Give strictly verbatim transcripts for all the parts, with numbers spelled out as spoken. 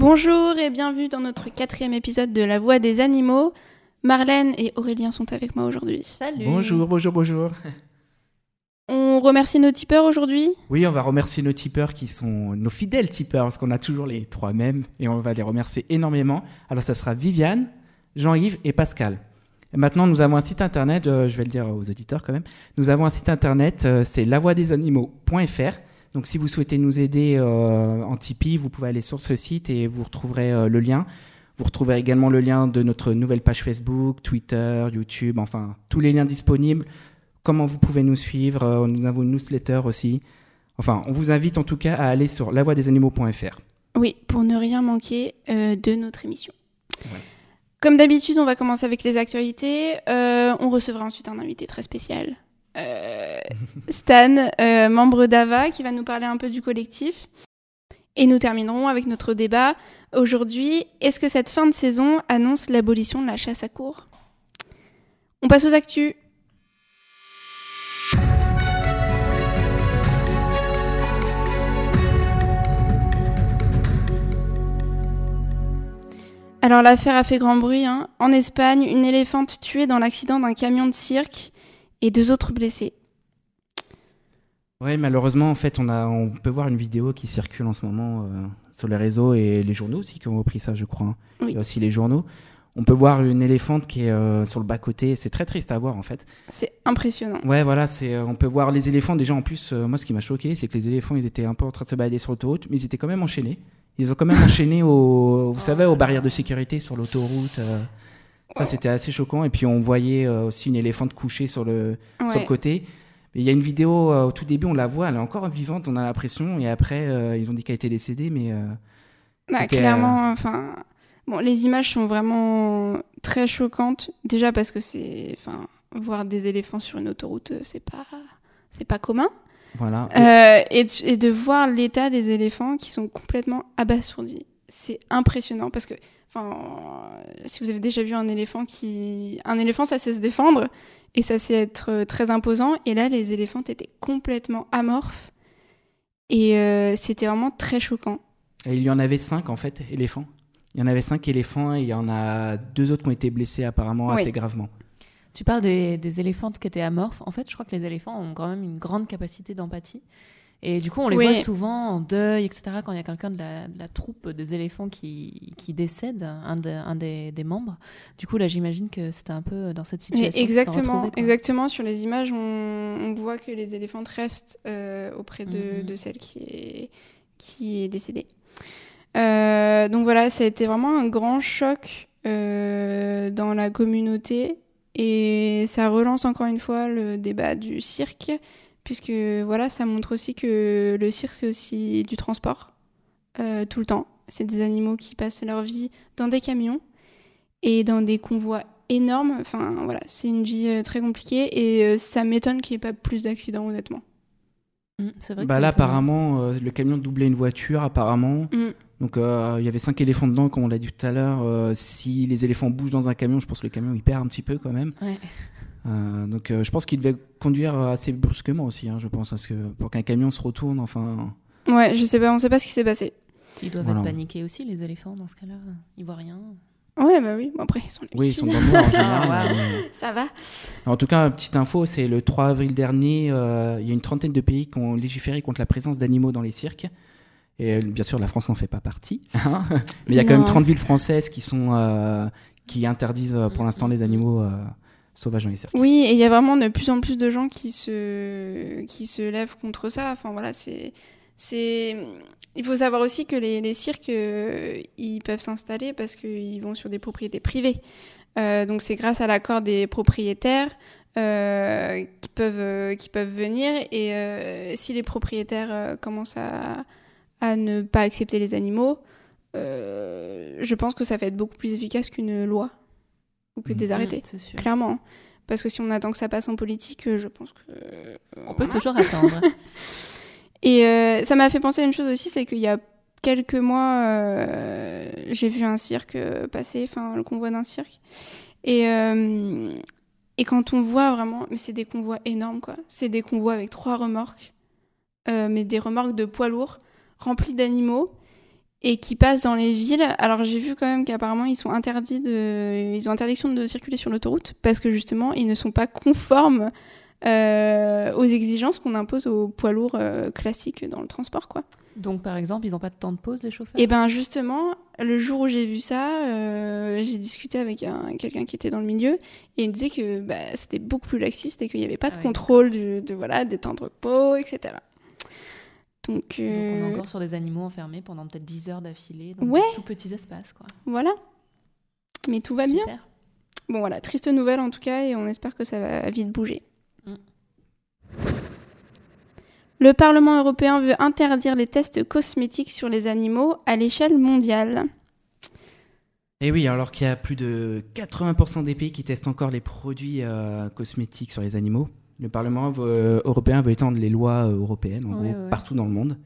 Bonjour et bienvenue dans notre quatrième épisode de La Voix des Animaux. Marlène et Aurélien sont avec moi aujourd'hui. Salut. Bonjour, bonjour, bonjour. On remercie nos tipeurs aujourd'hui. Oui, on va remercier nos tipeurs qui sont nos fidèles tipeurs, parce qu'on a toujours les trois mêmes, et on va les remercier énormément. Alors, ça sera Viviane, Jean-Yves et Pascal. Et maintenant, nous avons un site internet, euh, je vais le dire aux auditeurs quand même. Nous avons un site internet, euh, c'est la voix des animaux point f r. Donc, si vous souhaitez nous aider euh, en Tipeee, vous pouvez aller sur ce site et vous retrouverez euh, le lien. Vous retrouverez également le lien de notre nouvelle page Facebook, Twitter, YouTube, enfin, tous les liens disponibles. Comment vous pouvez nous suivre. Euh, nous avons une newsletter aussi. Enfin, on vous invite en tout cas à aller sur la voix des animaux point f r. Oui, pour ne rien manquer euh, de notre émission. Ouais. Comme d'habitude, on va commencer avec les actualités. Euh, on recevra ensuite un invité très spécial. Euh, Stan, euh, membre d'A V A, qui va nous parler un peu du collectif. Et nous terminerons avec notre débat. Aujourd'hui, est-ce que cette fin de saison annonce l'abolition de la chasse à courre ? On passe aux actus. Alors l'affaire a fait grand bruit. Hein. En Espagne, une éléphante tuée dans l'accident d'un camion de cirque et deux autres blessés. Oui, malheureusement, en fait, on, a, on peut voir une vidéo qui circule en ce moment euh, sur les réseaux et les journaux aussi qui ont repris ça, je crois. Hein. Oui. Il y a aussi les journaux. On peut voir une éléphante qui est euh, sur le bas-côté. C'est très triste à voir, en fait. C'est impressionnant. Ouais, voilà, c'est, euh, on peut voir les éléphants. Déjà, en plus, euh, moi, ce qui m'a choqué, c'est que les éléphants, ils étaient un peu en train de se balader sur l'autoroute, mais ils étaient quand même enchaînés. Ils ont quand même enchaîné aux, vous savez, aux barrières de sécurité sur l'autoroute. Euh, ça, Ouais. C'était assez choquant. Et puis, on voyait euh, aussi une éléphante couchée sur le, Ouais. sur le côté. Il y a une vidéo, euh, au tout début, on la voit, elle est encore vivante, on a l'impression. Et après, euh, ils ont dit qu'elle était décédée, mais... Euh, Bah, c'était, clairement, enfin... Bon, les images sont vraiment très choquantes. Déjà parce que c'est... Enfin, voir des éléphants sur une autoroute, c'est pas... C'est pas commun. voilà. Euh, et, de, et de voir l'état des éléphants qui sont complètement abasourdis. C'est impressionnant parce que... Enfin, si vous avez déjà vu un éléphant qui... Un éléphant, ça sait se défendre et ça sait être très imposant. Et là, les éléphants étaient complètement amorphes. Et euh, c'était vraiment très choquant. Et il y en avait cinq, en fait, éléphants. Il y en avait cinq éléphants et il y en a deux autres qui ont été blessés apparemment Oui. assez gravement. Tu parles des, des éléphantes qui étaient amorphes. En fait, je crois que les éléphants ont quand même une grande capacité d'empathie. Et du coup, on les Oui. voit souvent en deuil, et cetera, quand il y a quelqu'un de la, de la troupe des éléphants qui, qui décède, un, de, un des, des membres. Du coup, là, j'imagine que c'était un peu dans cette Mais situation. exactement, exactement. Sur les images, on, on voit que les éléphantes restent euh, auprès de, Mm-hmm. de celle qui est, qui est décédée. Euh, donc voilà, ça a été vraiment un grand choc euh, dans la communauté et ça relance encore une fois le débat du cirque, puisque voilà, ça montre aussi que le cirque, c'est aussi du transport euh, tout le temps. C'est des animaux qui passent leur vie dans des camions et dans des convois énormes. Enfin voilà, c'est une vie euh, très compliquée et euh, ça m'étonne qu'il n'y ait pas plus d'accidents, honnêtement. Mm, c'est vrai que Bah c'est là, étonnant. apparemment, euh, le camion doublait une voiture, apparemment. Mm. Donc, euh, il y avait cinq éléphants dedans, comme on l'a dit tout à l'heure. Euh, si les éléphants bougent dans un camion, je pense que le camion, il perd un petit peu quand même. Ouais. Euh, donc, euh, je pense qu'il devait conduire assez brusquement aussi, hein, je pense, parce que pour qu'un camion se retourne, enfin... Ouais, je sais pas, on sait pas ce qui s'est passé. Ils doivent Voilà. être paniqués aussi, les éléphants, dans ce cas-là. Ils voient rien. Ouais, bah oui, bon, après, ils sont Oui, ils habitués. sont dans le noir en général. Ah, wow. mais- Ça va. En tout cas, petite info, c'est le trois avril dernier, euh, il y a une trentaine de pays qui ont légiféré contre la présence d'animaux dans les cirques. Et euh, bien sûr, la France n'en fait pas partie. hein. Mais il y a quand Non. même trente villes françaises qui, sont, euh, qui interdisent euh, pour l'instant les animaux euh, sauvages dans les cirques. Oui, et il y a vraiment de plus en plus de gens qui se, qui se lèvent contre ça. Enfin voilà, c'est, c'est... Il faut savoir aussi que les, les cirques, euh, ils peuvent s'installer parce qu'ils vont sur des propriétés privées. Euh, donc c'est grâce à l'accord des propriétaires euh, qui, peuvent, euh, qui peuvent venir. Et euh, si les propriétaires euh, commencent à, à ne pas accepter les animaux, euh, je pense que ça va être beaucoup plus efficace qu'une loi ou que Mmh. des arrêtés. Mm, c'est sûr. Clairement. Parce que si on attend que ça passe en politique, euh, je pense que... On peut toujours attendre. Et euh, ça m'a fait penser à une chose aussi, c'est qu'il y a quelques mois, euh, j'ai vu un cirque passer, enfin le convoi d'un cirque. Et, euh, et quand on voit vraiment... Mais c'est des convois énormes, quoi. C'est des convois avec trois remorques, euh, mais des remorques de poids lourds, remplies d'animaux. et qui passent dans les villes. Alors j'ai vu quand même qu'apparemment ils sont interdits de, ils ont interdiction de circuler sur l'autoroute parce que justement ils ne sont pas conformes euh, aux exigences qu'on impose aux poids lourds euh, classiques dans le transport, quoi. Donc par exemple, ils n'ont pas de temps de pause, les chauffeurs ? Et ben justement, le jour où j'ai vu ça, euh, j'ai discuté avec un, quelqu'un qui était dans le milieu et il me disait que bah, c'était beaucoup plus laxiste et qu'il n'y avait pas de Ah oui, contrôle du, de voilà des temps de repos, et cetera. Donc, euh... Donc on est encore sur des animaux enfermés pendant peut-être dix heures d'affilée dans ouais. de tout petits espaces, quoi. Voilà. Mais tout va Super. bien. Bon voilà, triste nouvelle en tout cas et on espère que ça va vite bouger. Mm. Le Parlement européen veut interdire les tests cosmétiques sur les animaux à l'échelle mondiale. Et oui, alors qu'il y a plus de quatre-vingts pour cent des pays qui testent encore les produits euh, cosmétiques sur les animaux. Le Parlement veut, européen veut étendre les lois euh, européennes, en ouais, gros, ouais. partout dans le monde.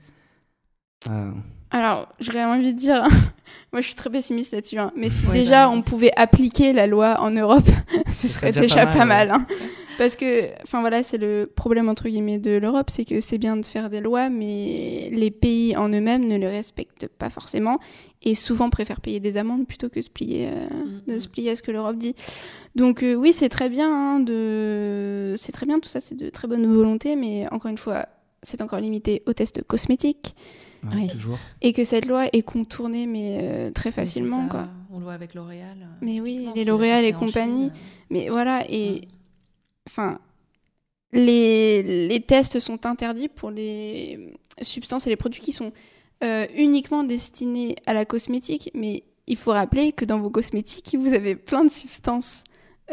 Euh... Alors, j'aurais envie de dire, moi je suis très pessimiste là-dessus, hein, mais si ouais, déjà bah, on pouvait appliquer la loi en Europe, ce serait déjà, déjà pas mal. Pas mal ouais. hein. Parce que, enfin voilà, c'est le problème entre guillemets de l'Europe, c'est que c'est bien de faire des lois, mais les pays en eux-mêmes ne les respectent pas forcément et souvent préfèrent payer des amendes plutôt que se plier, euh, mm-hmm. de se plier à ce que l'Europe dit. Donc euh, oui, c'est très bien, hein, de... c'est très bien, tout ça, c'est de très bonne volonté, mais encore une fois, c'est encore limité aux tests cosmétiques. Ouais, oui. toujours. Et que cette loi est contournée, mais euh, très facilement, ça, quoi. On le voit avec L'Oréal. Mais oui, les L'Oréal et compagnie. Chine. Mais voilà, et enfin, mm. les, les tests sont interdits pour les substances et les produits qui sont euh, uniquement destinés à la cosmétique. Mais il faut rappeler que dans vos cosmétiques, vous avez plein de substances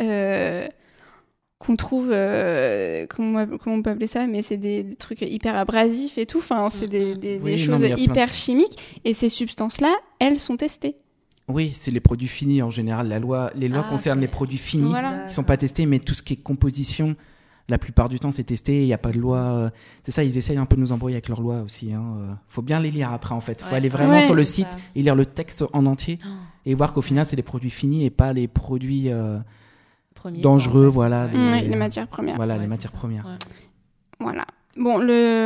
euh, qu'on trouve, euh, comment, comment on peut appeler ça, mais c'est des, des trucs hyper abrasifs et tout, enfin, c'est des, des, oui, des non, choses hyper de... chimiques, et ces substances-là, elles sont testées. Oui, c'est les produits finis en général. La loi, les lois ah, concernent c'est... les produits finis, voilà. qui ne sont pas testés, mais tout ce qui est composition, la plupart du temps, c'est testé, il n'y a pas de loi. C'est ça, ils essayent un peu de nous embrouiller avec leurs lois aussi. Il hein. faut bien les lire après, en fait. Il faut ouais, aller vraiment ouais, sur le site ça. et lire le texte en entier, oh. et voir qu'au final, c'est les produits finis et pas les produits... Euh, Premier, dangereux, en fait. Voilà. Les, ouais, les matières premières. Voilà, ouais, les matières premières. Ouais. Voilà. Bon,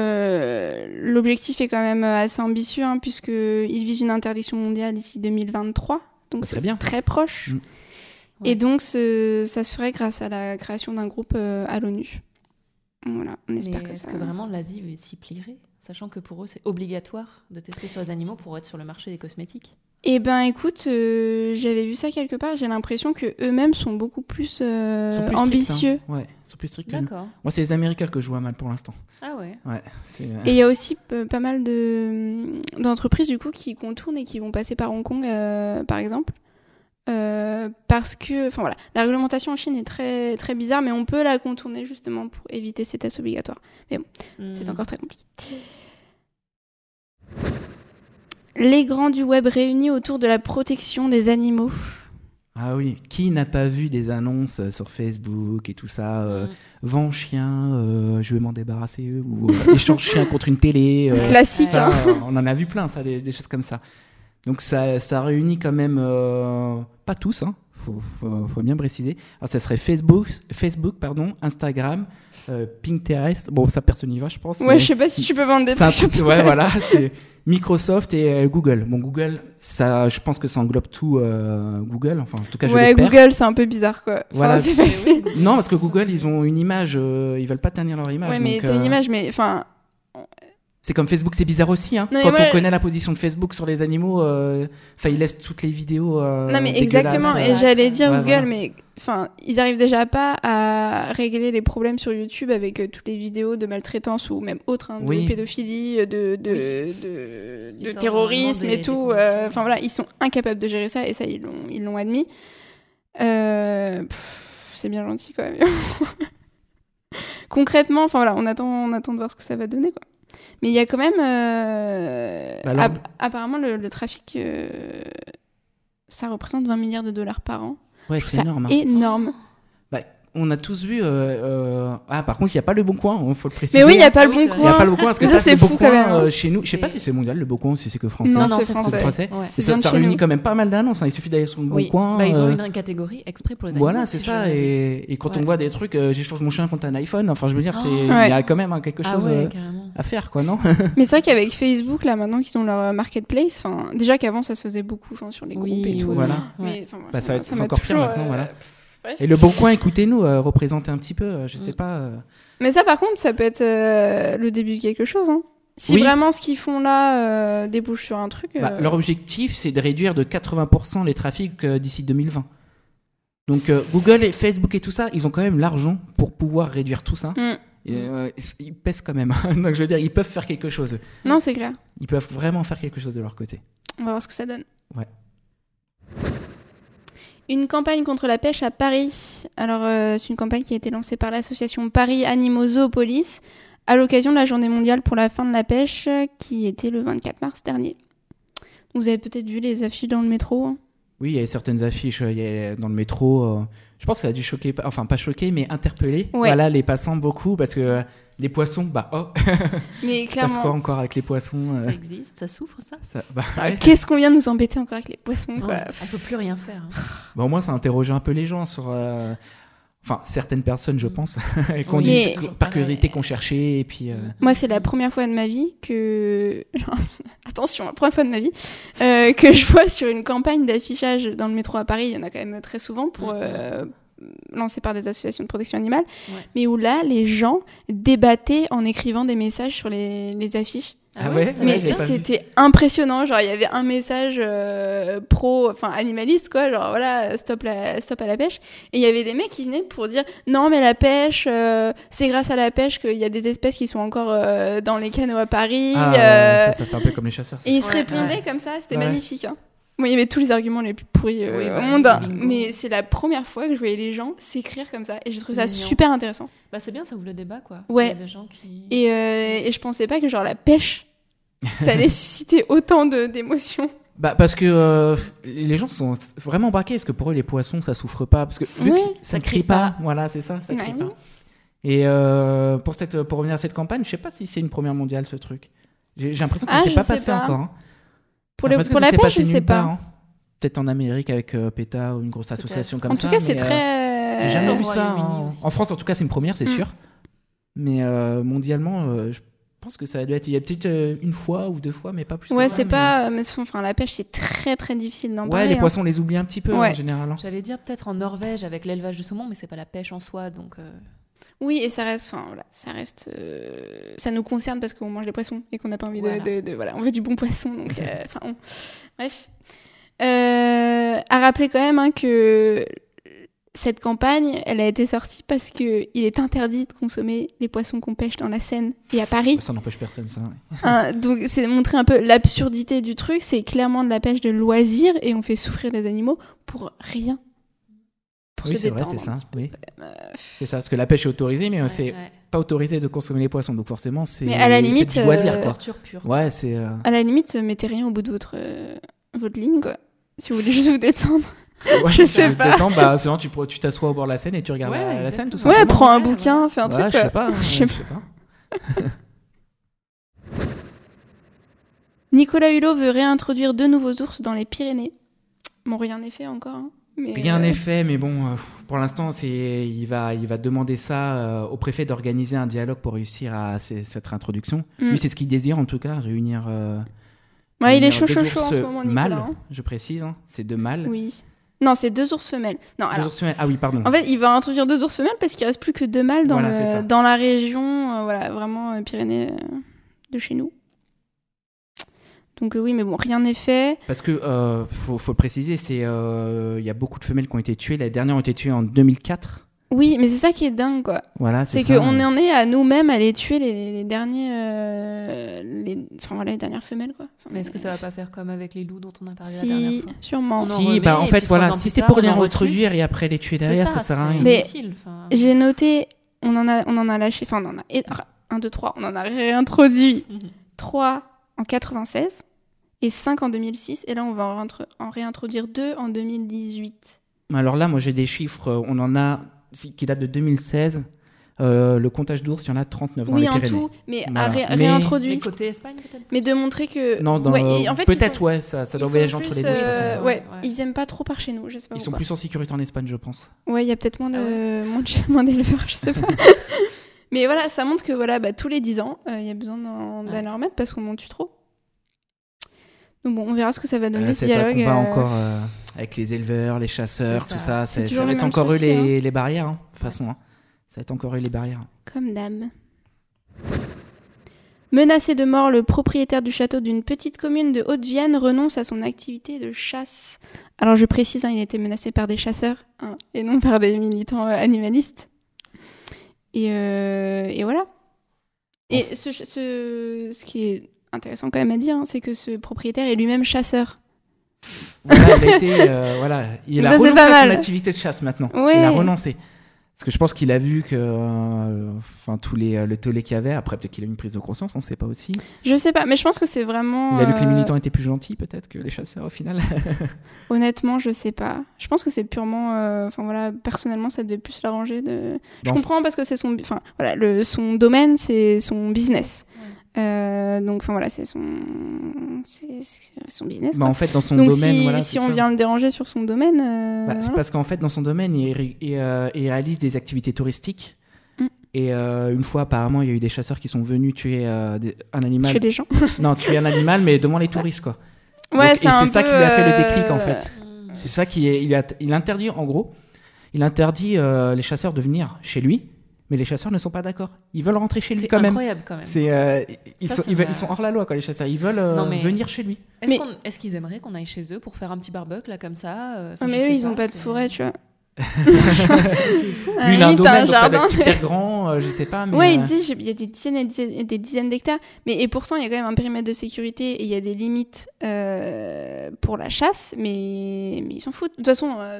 le... l'objectif est quand même assez ambitieux, hein, puisqu'il vise une interdiction mondiale d'ici deux mille vingt-trois. Donc, c'est bien. Très proche. Mmh. Ouais. Et donc, ce... ça se ferait grâce à la création d'un groupe euh, à l'ONU. Voilà, on espère Mais que est-ce ça... que vraiment l'Asie s'y plierait, sachant que pour eux, c'est obligatoire de tester sur les animaux pour être sur le marché des cosmétiques ? Eh ben, écoute, euh, j'avais vu ça quelque part. J'ai l'impression que eux-mêmes sont beaucoup plus, euh, sont plus ambitieux. Stricts, hein. Ouais, ils sont plus stricts. D'accord. Moi, c'est les Américains que je vois mal pour l'instant. Ah ouais. Ouais. C'est, euh... Et il y a aussi p- pas mal de d'entreprises du coup qui contournent et qui vont passer par Hong Kong, euh, par exemple, euh, parce que, enfin voilà, la réglementation en Chine est très très bizarre, mais on peut la contourner justement pour éviter ces tests obligatoires. Mais bon, mmh. c'est encore très compliqué. Les grands du web réunis autour de la protection des animaux. Ah oui, qui n'a pas vu des annonces sur Facebook et tout ça euh, mmh. Vends chien, euh, je vais m'en débarrasser eux, ou euh, échange chien contre une télé. Euh, Classique. Ça, hein. euh, on en a vu plein, ça, des, des choses comme ça. Donc ça, ça réunit quand même, euh, pas tous, hein, faut, faut, faut bien préciser. Alors ça serait Facebook, Facebook pardon, Instagram, euh, Pinterest. Bon, ça personne n'y va, je pense. Ouais, je sais pas si tu peux vendre des trucs sur Pinterest. Ouais, voilà, c'est Microsoft et euh, Google. Bon, Google, ça, je pense que ça englobe tout euh, Google. Enfin, en tout cas, je ouais, l'espère. Google, c'est un peu bizarre, quoi. Enfin, voilà. c'est facile. Non, parce que Google, ils ont une image, euh, ils veulent pas tenir leur image. Ouais, mais donc, t'as euh... une image, mais enfin. C'est comme Facebook, c'est bizarre aussi. Hein. Non, Quand moi, on connaît la position de Facebook sur les animaux, enfin, euh, ils laissent toutes les vidéos. Euh, non, mais exactement. Et j'allais dire ouais, Google, voilà. mais enfin, ils arrivent déjà pas à régler les problèmes sur YouTube avec euh, toutes les vidéos de maltraitance ou même autres, hein, de oui. pédophilie, de, de, oui. de, de, de terrorisme des, et tout. Enfin euh, voilà, ils sont incapables de gérer ça et ça, ils l'ont, ils l'ont admis. Euh, pff, c'est bien gentil quand même. Concrètement, enfin voilà, on attend, on attend de voir ce que ça va donner, quoi. Mais il y a quand même... Euh, Alors... app- apparemment, le, le trafic, euh, ça représente vingt milliards de dollars par an. Ouais, Je c'est trouve énorme. Ça énorme. Bah, on a tous vu... Euh, euh... Ah, par contre, il n'y a pas le Bon Coin, il faut le préciser. Mais oui, il n'y a pas ah, le oui, Bon Coin. Il n'y a pas le Bon Coin, parce que ça, ça, c'est c'est le fou Bon quand Coin même. euh, chez nous. C'est... Je sais pas si c'est mondial, le Bon Coin, si c'est que français. Non, non, c'est c'est français. français. Ouais. C'est ça, bien ça chez réunit nous. quand même pas mal d'annonces. Hein. Il suffit d'aller sur le Bon oui. Coin. Bah, ils ont euh... une catégorie exprès pour les animaux. Voilà, c'est si ça. Et, et quand ouais. on voit des trucs, euh, j'échange mon chien contre un iPhone. Enfin, je veux dire, c'est... Oh, il ouais. y a quand même hein, quelque chose. Ah ouais, euh... carrément. à faire, quoi, non? Mais c'est vrai qu'avec Facebook, là, maintenant qu'ils ont leur marketplace, enfin, déjà qu'avant ça se faisait beaucoup, enfin, sur les Oui, groupes et tout. oui, Voilà. Mais enfin, Bah, ça va être- ça c'est m'a encore pire toujours, maintenant, euh, voilà. pff, bref. Et le Bon Coin, écoutez-nous, euh, représentez un petit peu, euh, je sais Mm. pas. euh, Mais ça, par contre, ça peut être euh, le début de quelque chose. Hein. Si Oui. vraiment ce qu'ils font là euh, débouche sur un truc. Bah, euh, leur objectif, c'est de réduire de quatre-vingts pour cent les trafics euh, d'ici deux mille vingt. Donc euh, Google et Facebook et tout ça, ils ont quand même l'argent pour pouvoir réduire tout ça. Mm. Et, euh, ils- ils pèsent quand même. Donc je veux dire, ils peuvent faire quelque chose. Non, c'est clair. Ils peuvent vraiment faire quelque chose de leur côté. On va voir ce que ça donne. Ouais. Une campagne contre la pêche à Paris. Alors, euh, c'est une campagne qui a été lancée par l'association Paris Animaux Zoopolis à l'occasion de la journée mondiale pour la fin de la pêche qui était le vingt-quatre mars dernier. Vous avez peut-être vu les affiches dans le métro. Hein. Oui, il y a certaines affiches euh, il y a dans le métro. euh, je pense que ça a dû choquer, enfin pas choquer, mais interpeller. Ouais. Voilà, les passants beaucoup parce que euh, les poissons, bah oh, Mais passe quoi clairement, encore avec les poissons euh, Ça existe, ça souffre, ça. ça- bah, ah, ouais. qu'est-ce qu'on vient de nous embêter encore avec les poissons, quoi. Ouais, on peut plus rien faire. hein. Bah, au moins, ça a interrogé un peu les gens sur. euh, Enfin, certaines personnes, je Mm. pense, qu'on Oui, dit c'est toujours par pareil. curiosité qu'on cherchait et puis. euh, Moi, c'est la première fois de ma vie que... Attention, la première fois de ma vie euh, que je vois sur une campagne d'affichage dans le métro à Paris. Il y en a quand même très souvent pour... Mhm. Euh, lancée par des associations de protection animale. Ouais. Mais où là, les gens débattaient en écrivant des messages sur les, les affiches. Ah ouais, t'as Mais ouais, vu j'ai ça pas vu. c'était impressionnant. Genre, il y avait un message euh, pro, enfin animaliste, quoi. Genre, voilà, stop, la, stop à la pêche. Et il y avait des mecs qui venaient pour dire non, mais la pêche, euh, c'est grâce à la pêche qu'il y a des espèces qui sont encore euh, dans les canaux à Paris. Ah, euh, ça, ça fait un peu comme les chasseurs. ça. Et ils se Ouais, répondaient ouais. comme ça. C'était Ouais. magnifique. Hein. Bon, il y avait tous les arguments les plus pourris euh, Oui, bah, au monde. hein. bingo. Mais c'est la première fois que je voyais les gens s'écrire comme ça. Et j'ai trouvé ça Mignon. super intéressant. Bah, c'est bien, ça ouvre le débat, quoi. Ouais. Il y a des gens qui. Et, euh, et je pensais pas que genre la pêche, ça allait susciter autant de- d'émotions. Bah, parce que euh, les gens sont vraiment braqués, parce que pour eux, les poissons, ça souffre pas. Parce que vu Ouais. que ça ne crie pas, voilà, c'est ça, ça Ouais, crie oui. pas. Et euh, pour, cette, pour revenir à cette campagne, je sais pas si c'est une première mondiale, ce truc. J'ai j'ai l'impression que Ah, ça s'est je pas sais passé pas. encore. hein. Pour, J'ai le- l'impression pour que la ça s'est pêche, je passé sais nulle part, pas. hein. Peut-être en Amérique avec euh, PETA ou une grosse association comme En ça. tout cas, c'est mais, euh, très. J'ai jamais Au vu ça. Royaume-Uni En... aussi. en France, en tout cas, c'est une première, c'est Mm. sûr. Mais euh, mondialement, euh, je pense que ça doit être. Il y a peut-être euh, une fois ou deux fois, mais pas plus. que Ouais, ça, c'est mais- pas. Mais enfin, la pêche, c'est très très difficile d'en Ouais, parler. les hein. poissons, on les oublie un petit peu Ouais. en général. hein. J'allais dire peut-être en Norvège avec l'élevage de saumon, mais c'est pas la pêche en soi, donc. euh, Oui, et ça reste. Enfin, voilà, ça reste. euh, Ça nous concerne parce qu'on mange des poissons et qu'on n'a pas envie Voilà. de, de, de- Voilà, on veut du bon poisson. Donc, euh, enfin, on- bref. Euh, à rappeler quand même hein, que cette campagne, elle a été sortie parce que il est interdit de consommer les poissons qu'on pêche dans la Seine et à Paris. Ça n'empêche personne, ça. ouais. Hein, donc c'est montrer un peu l'absurdité du truc, c'est clairement de la pêche de loisir et on fait souffrir les animaux pour rien. Pour Oui, se c'est vrai, détendre. c'est ça. un petit peu. Oui. Euh, C'est ça, parce que la pêche est autorisée, mais euh, ouais, c'est ouais. pas autorisé de consommer les poissons. Donc forcément, c'est. Mais à la c'est limite, du loisir, euh, quoi. Torture pure. Ouais, c'est. euh, à la limite, mettez rien au bout de votre, euh, votre ligne, quoi. Si vous voulez juste vous détendre. ouais, Je si sais tu te pas. détends, bah, sinon, tu pourrais- tu t'assois au bord de la Seine et tu regardes Ouais, la, la Seine, tout exactement. Ouais, simplement. prends un Ouais, bouquin, ouais. fais un Ouais, truc. je sais quoi. pas. hein, Je Je sais sais pas. Nicolas Hulot veut réintroduire deux nouveaux ours dans les Pyrénées. Bon, rien n'est fait encore. hein. Mais, Rien euh, n'est fait, mais bon, euh, pour l'instant, c'est, il va, il va demander ça euh, au préfet d'organiser un dialogue pour réussir à ces- cette réintroduction. Mm. Lui, c'est ce qu'il désire en tout cas, réunir. euh, Ouais, il est réunir chaud, deux chaud, chaud en ours ce moment, Nicolas. mâles, hein. je précise, hein, c'est deux mâles. Oui. Non, c'est deux ours femelles. Non, Deux alors. ours femelles. Ah oui, pardon. En fait, il va introduire deux ours femelles parce qu'il reste plus que deux mâles dans, Voilà, c'est ça. le, dans la région, euh, voilà, vraiment euh, Pyrénées euh, de chez nous. Donc euh, oui, mais bon, rien n'est fait. Parce que euh, faut, faut le préciser, c'est euh, il y a beaucoup de femelles qui ont été tuées. Les dernières ont été tuées en deux mille quatre. Oui, mais c'est ça qui est dingue, quoi. Voilà, C'est c'est ça. qu'on en est à nous-mêmes à les tuer les, les derniers, euh, les, enfin voilà, les dernières femelles, quoi. Enfin, Mais est-ce que ça va pas faire comme avec les loups dont on a parlé la Si, dernière fois sûrement. On en Si, remet, bah en et fait puis trois voilà, ans si plus c'est tard, pour on les en retue. reproduire et après les tuer derrière, C'est ça, sert à c'est rien. Mais- inutile, enfin. J'ai noté, on en a, on en a lâché, enfin on en a, et- un, deux, trois, on en a réintroduit Mhm. trois en quatre-vingt-seize et cinq en deux mille six, et là on va en, réintro- en réintroduire deux en deux mille dix-huit. Alors là, moi j'ai des chiffres, euh, on en a si- qui datent de deux mille seize. Euh, le comptage d'ours, il y en a trente-neuf dans Oui, les en Pyrénées. tout, mais Voilà. à ré- Mais- Les réintroduit. côtés Espagne, peut-être. Mais de montrer que. Non, dans, Ouais, et en fait, ils peut-être sont- ouais, ça, ça doit ils voyager sont entre plus, les deux. euh, ça, ça- ouais, Ouais. ils aiment pas trop par chez nous, je sais pas Ils sont pourquoi. plus en sécurité en Espagne, je pense. Ouais, il y a peut-être moins de Ah moins de- moins d'éleveurs, je sais pas. Mais voilà, ça montre que voilà, bah, tous les dix ans, il euh, y a besoin d'en, Ouais. d'aller en remettre parce qu'on en tue trop. Donc bon, on verra ce que ça va donner Euh, ce c'est dialogue. un combat euh, encore euh, avec les éleveurs, les chasseurs, C'est tout ça. ça. C'est C'est, toujours ça va le être même encore eux souci, les, hein. les barrières, hein, de toute façon. Hein. Ça va être encore eux les barrières. Comme dame. Menacé de mort, le propriétaire du château d'une petite commune de Haute-Vienne renonce à son activité de chasse. Alors je précise, hein, il était menacé par des chasseurs hein, et non par des militants euh, animalistes. Et, euh, et voilà. Et ce, ce, ce qui est intéressant quand même à dire, hein, c'est que ce propriétaire est lui-même chasseur. Voilà, il a été, euh, voilà, il Ça, a c'est renoncé pas à son mal. activité de chasse maintenant. Ouais. Il a renoncé. Parce que je pense qu'il a vu que, euh, enfin, tous les euh, le tollé qu'il y avait. Après, peut-être qu'il a eu une prise de conscience, on ne sait pas aussi. Je sais pas, mais je pense que c'est vraiment... Il a vu que les euh, militants étaient plus gentils, peut-être, que les chasseurs au final. Honnêtement, je sais pas. Je pense que c'est purement... euh, Enfin voilà, personnellement, ça devait plus l'arranger de... Je Bon, comprends parce que c'est son... Enfin voilà, le... son domaine, c'est son business. Euh, donc enfin voilà, c'est son... C'est, c'est son business. Bah, quoi. en fait, dans son donc domaine, si, voilà, si c'est on ça. vient le déranger sur son domaine... euh, Bah, c'est voilà. parce qu'en fait, dans son domaine, il, ré- il, euh, il réalise des activités touristiques. Mm. Et euh, une fois, apparemment, il y a eu des chasseurs qui sont venus tuer euh, des- un animal. Tuer des gens. Non, tuer un animal, mais devant les touristes, quoi. Ouais, Donc, c'est et un c'est ça peu, qui lui a fait le euh, déclic, en fait. C'est ça qui est, il, a, il interdit, en gros, il interdit euh, les chasseurs de venir chez lui, mais les chasseurs ne sont pas d'accord. Ils veulent rentrer chez lui C'est quand même. incroyable quand même. C'est, euh, ils, Ça, sont, ça ils, veulent- m'a- ils sont hors la loi, quoi, les chasseurs. Ils veulent euh, Non, mais- venir chez lui. Est-ce, Mais- qu'on- est-ce qu'ils aimeraient qu'on aille chez eux pour faire un petit barbecue là comme ça euh, enfin, Ah, je mais eux, sais ils ont pas de c'est- forêt, tu vois. C'est fou. À Lui, il la a un limite, t'as domaine, donc ça doit jardin, être super mais- grand, euh, je sais pas. Mais, Ouais, euh, il dit, j'ai- il y a des dizaines et des dizaines, et des dizaines d'hectares. Mais, et pourtant, il y a quand même un périmètre de sécurité et il y a des limites euh, pour la chasse, mais, mais ils s'en foutent. De toute façon, euh,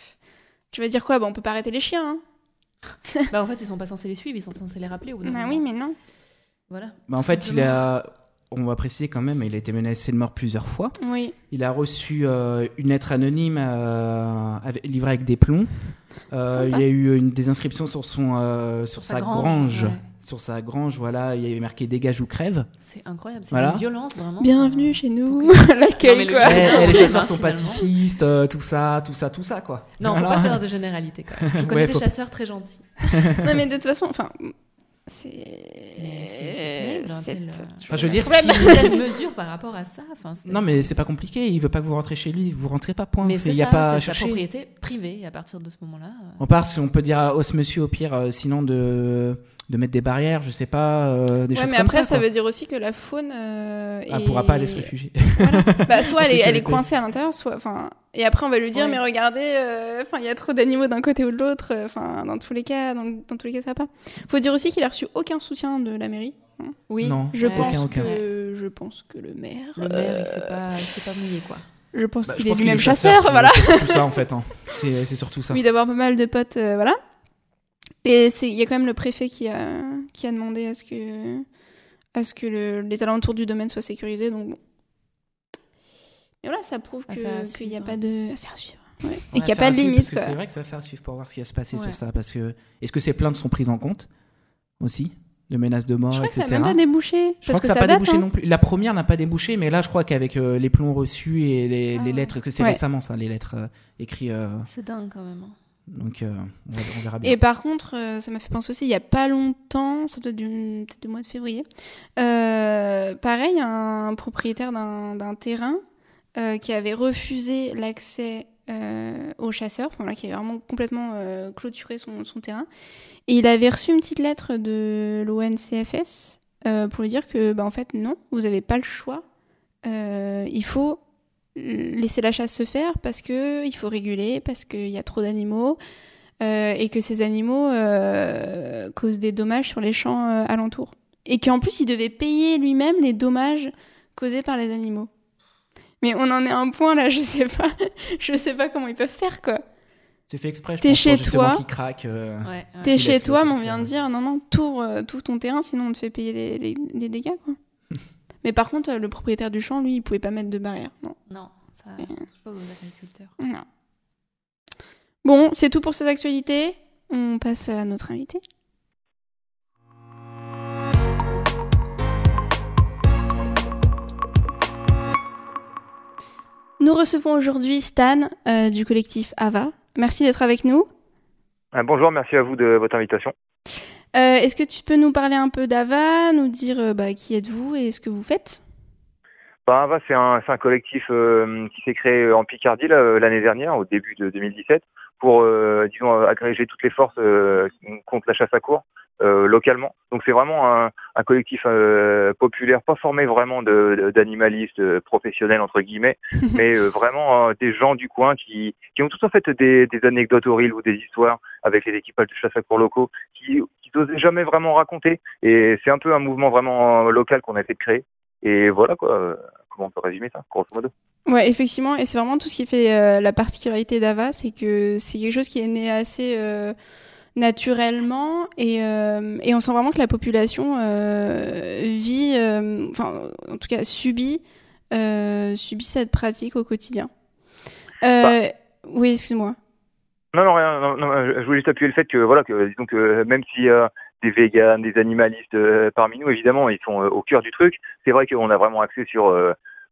tu vas dire quoi? Bah, on peut pas arrêter les chiens. Hein. Bah, en fait, ils sont pas censés les suivre, ils sont censés les rappeler. Au bout d'un Bah moment. oui, mais non. Voilà. bah, en Tout fait, il simplement. a, on va préciser quand même, il a été menacé de mort plusieurs fois. Oui. Il a reçu euh, une lettre anonyme euh, avec- livrée avec des plombs. Euh, il Sympa. y a eu une, des inscriptions sur, son, euh, sur Sa sa, grange, grange. ouais. Sur sa grange, voilà, il y avait marqué dégage ou crève. C'est incroyable, c'est Voilà. une violence vraiment. Bienvenue Enfin, chez nous. pour que- L'accueil, Non, mais le- quoi. Eh, Ouais, eh, les ouais, chasseurs hein, sont finalement. pacifistes, euh, tout ça, tout ça, tout ça, quoi. Non, faut Voilà. pas faire de généralité quand même. Je connais Ouais, des faut- chasseurs très gentils. Non, mais de toute façon, enfin. C'est. Mais c'est- c'est terrible, hein, c'est- tel, euh, Enfin, je veux dire, problème. si- Quelle mesure par rapport à ça enfin, c'est- Non, mais c'est pas compliqué. Il veut pas que vous rentrez chez lui. Vous rentrez pas, point. Mais C'est- c'est Il y a ça, pas à c'est sa chercher. propriété privée. Et à partir de ce moment-là, euh, On part, si on peut dire à ce monsieur au pire, euh, sinon de, de mettre des barrières, je sais pas, euh, des Ouais, choses mais comme après, ça. ça quoi. veut dire aussi que la faune. Euh, Ah, est- pourra pas aller se réfugier. Voilà. Bah, soit elle est, elle est sécurité. coincée à l'intérieur, soit. Enfin. Et après, on va lui dire, Ouais. mais regardez, euh, enfin, il y a trop d'animaux d'un côté ou de l'autre. Enfin, dans tous les cas, dans, dans tous les cas, ça va pas. Faut dire aussi qu'il a reçu aucun soutien de la mairie. hein. oui. Non, Je Ouais. pense aucun, aucun. que, je pense que le maire. Le maire, euh, il s'est pas, il s'est pas mouillé quoi. Je pense Bah, je qu'il est pense qu'il lui-même est chasseur, c'est- voilà. C'est surtout ça, en fait. hein. C'est c'est surtout ça. Oui, d'avoir pas mal de potes, euh, voilà. Et c'est- il y a quand même le préfet qui a, qui a demandé à ce que, à ce que le- les alentours du domaine soient sécurisés. Donc bon. Et voilà, ça prouve que- Affaire à qu'il n'y a suivre. pas de à faire suivre. Ouais. Ouais, Et qu'il n'y a faire pas à de suivre, limite. parce que Quoi. C'est vrai que ça va faire suivre pour voir ce qui va se passer Ouais. sur ça. Parce que est-ce que ces plaintes sont prises en compte aussi, de menaces de mort, Je crois que ça et cetera. n'a même pas débouché. Je crois parce que ça n'a pas date, débouché hein. non plus. La première n'a pas débouché, mais là, je crois qu'avec euh, les plombs reçus et les, Ah les ouais. lettres, que c'est Ouais. récemment ça, les lettres euh, écrites. euh, C'est dingue quand même. hein. donc, euh, on, va- on verra bien. Et par contre, euh, ça m'a fait penser aussi, il n'y a pas longtemps, ça doit être du, peut-être du mois de février, euh, pareil, un propriétaire d'un, d'un terrain euh, qui avait refusé l'accès euh, aux chasseurs, enfin, là, qui avait vraiment complètement euh, clôturé son, son terrain. Et il avait reçu une petite lettre de l'O N C F S euh, pour lui dire que, bah, en fait, non, vous n'avez pas le choix. Euh, il faut laisser la chasse se faire parce qu'il faut réguler, parce qu'il y a trop d'animaux. Euh, et que ces animaux euh, causent des dommages sur les champs euh, alentours. Et qu'en plus, il devait payer lui-même les dommages causés par les animaux. Mais on en est à un point là, je sais pas, je sais pas comment ils peuvent faire quoi. C'est fait exprès, je T'es pense, chez pour justement toi. qu'il craque. euh, Ouais, ouais. T'es il chez laisse toi, le mais on truc vient faire. de dire non, non, tourne, euh, tourne ton terrain, sinon on te fait payer les, les- les dégâts quoi. Mais par contre, euh, le propriétaire du champ, lui, il pouvait pas mettre de barrière. Non. Non, ça Ouais. touche pas aux agriculteurs. non. Bon, c'est tout pour ces actualités. On passe à notre invité. Nous recevons aujourd'hui Stan euh, du collectif Ava. Merci d'être avec nous. Ah, bonjour, merci à vous de votre invitation. Euh, est-ce que tu peux nous parler un peu d'Ava, nous dire euh, bah, qui êtes-vous et ce que vous faites? Bah, Ava, c'est un, c'est un collectif euh, qui s'est créé en Picardie là, l'année dernière, au début de deux mille dix-sept, pour, euh, disons, agréger toutes les forces euh, contre la chasse à courre euh, localement. Donc c'est vraiment un, un collectif euh, populaire, pas formé vraiment de, de, d'animalistes euh, professionnels entre guillemets, mais euh, vraiment euh, des gens du coin qui, qui ont tous en fait des, des anecdotes horribles ou des histoires avec les équipages de chasse à courre locaux qui, qui n'osaient jamais vraiment raconter. Et c'est un peu un mouvement vraiment local qu'on a essayé de créer. Et voilà quoi. Comment on peut résumer ça, grosso modo? Ouais, effectivement, et c'est vraiment tout ce qui fait euh, la particularité d'Ava, c'est que c'est quelque chose qui est né assez euh, naturellement, et, euh, et on sent vraiment que la population euh, vit, euh, enfin, en tout cas, subit, euh, subit cette pratique au quotidien. Euh, bah. Oui, excuse-moi. Non, non, rien. Non, non, je voulais juste appuyer le fait que, voilà, que, disons que même s'il y a des véganes, des animalistes euh, parmi nous, évidemment, ils sont euh, au cœur du truc. C'est vrai qu'on a vraiment axé sur euh,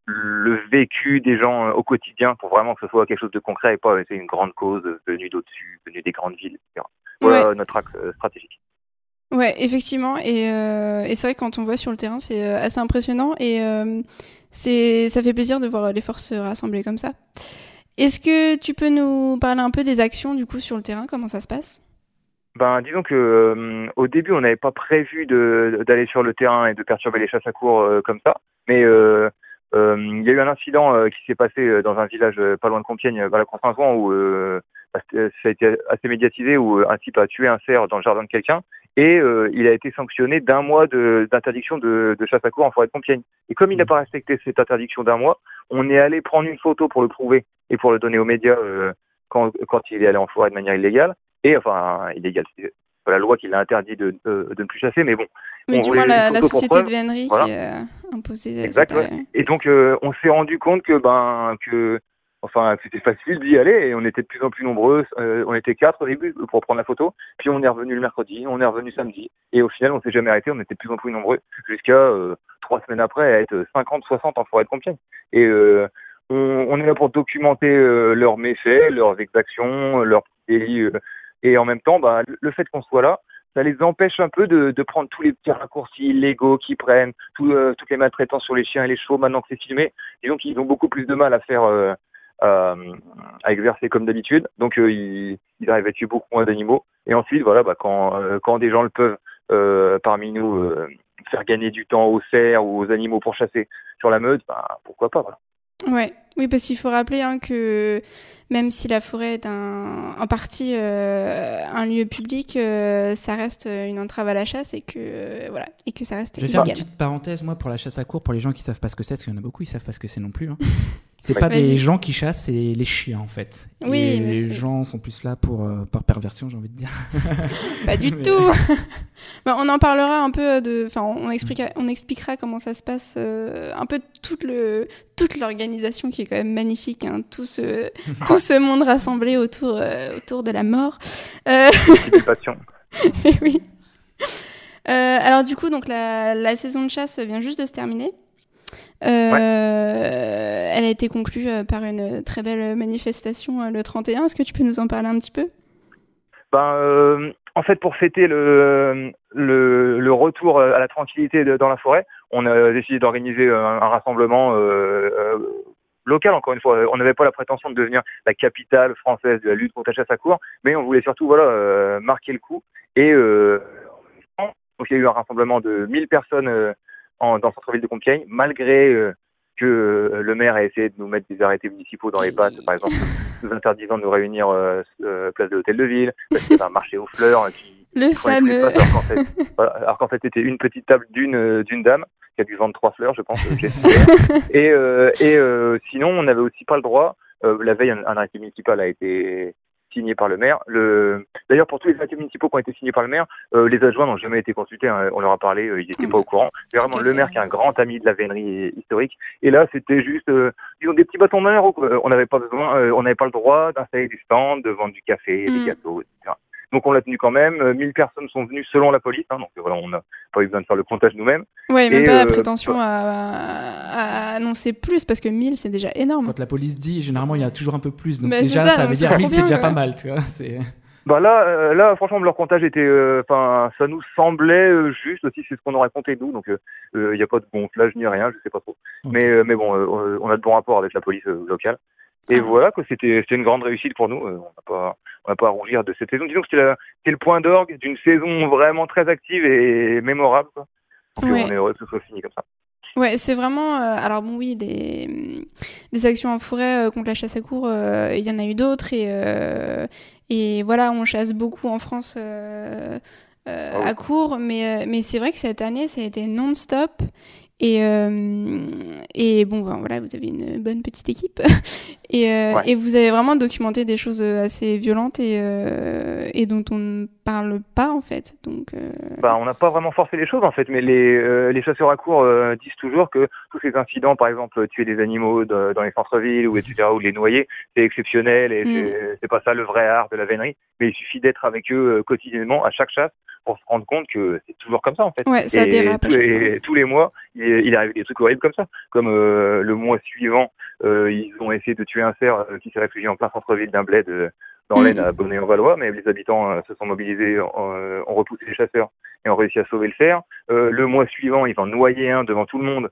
le vécu des gens euh, au quotidien pour vraiment que ce soit quelque chose de concret et pas c'est une grande cause venue d'au-dessus, venue des grandes villes, et cetera. Voilà ouais. Notre axe euh, stratégique. Ouais, effectivement. Et, euh, et c'est vrai que quand on voit sur le terrain, c'est euh, assez impressionnant et euh, c'est, ça fait plaisir de voir les forces se rassembler comme ça. Est-ce que tu peux nous parler un peu des actions du coup sur le terrain, comment ça se passe? Ben, disons que euh, au début, on n'avait pas prévu de, d'aller sur le terrain et de perturber les chasses à courre euh, comme ça, mais euh, euh, il y a eu un incident euh, qui s'est passé dans un village euh, pas loin de Compiègne, vers la Croix-Saint-Ouen, où euh, ça a été assez médiatisé, où un type a tué un cerf dans le jardin de quelqu'un, et euh, il a été sanctionné d'un mois de, d'interdiction de, de chasse à courre en forêt de Compiègne. Et comme il n'a pas respecté cette interdiction d'un mois, on est allé prendre une photo pour le prouver et pour le donner aux médias euh, quand, quand il est allé en forêt de manière illégale. Et enfin, illégal, c'est pas la loi qui l'a interdit de, de, de ne plus chasser, mais bon. Mais du moins, la, la société de vénerie voilà. qui a imposé exact, cette... ouais. Et donc, euh, on s'est rendu compte que, ben, que, enfin, que c'était facile d'y aller et on était de plus en plus nombreux. Euh, on était quatre au début pour prendre la photo. Puis on est revenu le mercredi, on est revenu samedi. Et au final, on s'est jamais arrêté, on était de plus en plus nombreux jusqu'à euh, trois semaines après à être cinquante, soixante en forêt de Compiègne. Et euh, on, on est là pour documenter euh, leurs méfaits, leurs exactions, leurs délits. Euh, Et en même temps, bah, le fait qu'on soit là, ça les empêche un peu de, de prendre tous les petits raccourcis illégaux qu'ils prennent, tout, euh, toutes les maltraitances sur les chiens et les chevaux maintenant que c'est filmé. Disons qu'ils ont beaucoup plus de mal à faire, euh, à, à exercer comme d'habitude. Donc euh, ils, ils arrivent à tuer beaucoup moins d'animaux. Et ensuite, voilà, bah, quand, euh, quand des gens le peuvent euh, parmi nous euh, faire gagner du temps aux cerfs ou aux animaux pour chasser sur la meute, bah, pourquoi pas, voilà. Ouais, oui, parce qu'il faut rappeler hein, que même si la forêt est un, en partie euh, un lieu public, euh, ça reste une entrave à la chasse et que euh, voilà et que ça reste. Je vais illégal. faire une petite parenthèse moi pour la chasse à courre pour les gens qui savent pas ce que c'est, parce qu'il y en a beaucoup ils savent pas ce que c'est non plus. Hein. C'est pas Vas-y. Des gens qui chassent, c'est les chiens en fait. Oui, et mais les c'est... gens sont plus là pour euh, par perversion, j'ai envie de dire. Pas du mais... tout. Ben, on en parlera un peu de, enfin, on expliquera, on expliquera comment ça se passe, euh, un peu toute le, toute l'organisation qui est quand même magnifique, hein, tout ce, tout ce monde rassemblé autour, euh, autour de la mort. Euh... Passion. oui. Euh, alors du coup, donc la, la saison de chasse vient juste de se terminer. Euh, ouais. Elle a été conclue par une très belle manifestation le trente et un. Est-ce que tu peux nous en parler un petit peu? Ben, euh, en fait, pour fêter le, le, le retour à la tranquillité de, dans la forêt, on a décidé d'organiser un, un rassemblement euh, euh, local, encore une fois. On n'avait pas la prétention de devenir la capitale française de la lutte contre la chasse à courre, mais on voulait surtout voilà, euh, marquer le coup. Et euh, donc, il y a eu un rassemblement de mille personnes euh, en, dans le centre-ville de Compiègne, malgré euh, que euh, le maire a essayé de nous mettre des arrêtés municipaux dans les pattes, par exemple, nous interdisant de nous réunir euh, euh, place de l'hôtel de ville, parce qu'il y avait un marché aux fleurs qui... Le qui fameux... Passes, alors, qu'en fait, voilà, alors qu'en fait, c'était une petite table d'une, euh, d'une dame qui a dû vendre trois fleurs, je pense. et euh, et euh, sinon, on n'avait aussi pas le droit. Euh, la veille, un, un arrêté municipal a été signé par le maire. Le... D'ailleurs, pour tous les arrêtés municipaux qui ont été signés par le maire, euh, les adjoints n'ont jamais été consultés. Hein. On leur a parlé, euh, ils n'étaient mmh. pas au courant. C'est vraiment le maire qui est un grand ami de la vénerie historique. Et là, c'était juste, euh, disons, des petits bâtons d'honneur. On n'avait pas besoin, euh, on n'avait pas le droit d'installer du stand, de vendre du café, mmh. des gâteaux, et cetera. Donc on l'a tenu quand même. mille personnes sont venues selon la police. Hein, donc voilà, on n'a pas eu besoin de faire le comptage nous-mêmes. Oui, même et, pas la euh, prétention à, à annoncer plus, parce que mille, c'est déjà énorme. Quand la police dit, généralement, il y a toujours un peu plus. Donc mais déjà, ça, ça donc veut dire mille, c'est déjà quoi. Pas mal. Tu vois, c'est... Bah là, euh, là, franchement, leur comptage était, enfin, euh, ça nous semblait euh, juste aussi, c'est ce qu'on aurait compté nous, donc il euh, n'y a pas de gonflage ni rien, je sais pas trop. Ok. Mais, euh, mais bon, euh, on a de bons rapports avec la police euh, locale. Et Ah. voilà, quoi, c'était, c'était une grande réussite pour nous. Euh, on n'a pas, on n'a pas à rougir de cette saison. Disons que c'était, la, c'était le point d'orgue d'une saison vraiment très active et mémorable, quoi. Donc Ouais. on est heureux que ce soit fini comme ça. Ouais, c'est vraiment. euh, alors, bon, oui, des, des actions en forêt euh, contre la chasse à courre, euh, il y en a eu d'autres. Et, euh, et voilà, on chasse beaucoup en France euh, euh, Ah oui. à courre. Mais, euh, mais c'est vrai que cette année, ça a été non-stop. Et, euh, et bon, ben, voilà, vous avez une bonne petite équipe. et, euh, Ouais. et vous avez vraiment documenté des choses assez violentes et, euh, et dont on ne parle pas, en fait. Donc, euh, Bah, on n'a pas vraiment forcé les choses en fait, mais les, euh, les chasseurs à courre euh, disent toujours que tous ces incidents, par exemple tuer des animaux de, dans les centres-villes ou et cetera, ou les noyer, c'est exceptionnel et Mm. c'est, c'est pas ça le vrai art de la vénerie. Mais il suffit d'être avec eux euh, quotidiennement à chaque chasse pour se rendre compte que c'est toujours comme ça en fait. ouais, ça et dérape à tous chaque les, fois. tous les mois, il, il arrive des trucs horribles comme ça. Comme euh, le mois suivant, euh, ils ont essayé de tuer un cerf euh, qui s'est réfugié en plein centre-ville d'un bled euh, dans Mm. l'Aisne à Bonnet-en-Valois, mais les habitants euh, se sont mobilisés, euh, ont repoussé les chasseurs et ont réussi à sauver le cerf. Euh, le mois suivant, ils vont noyer un devant tout le monde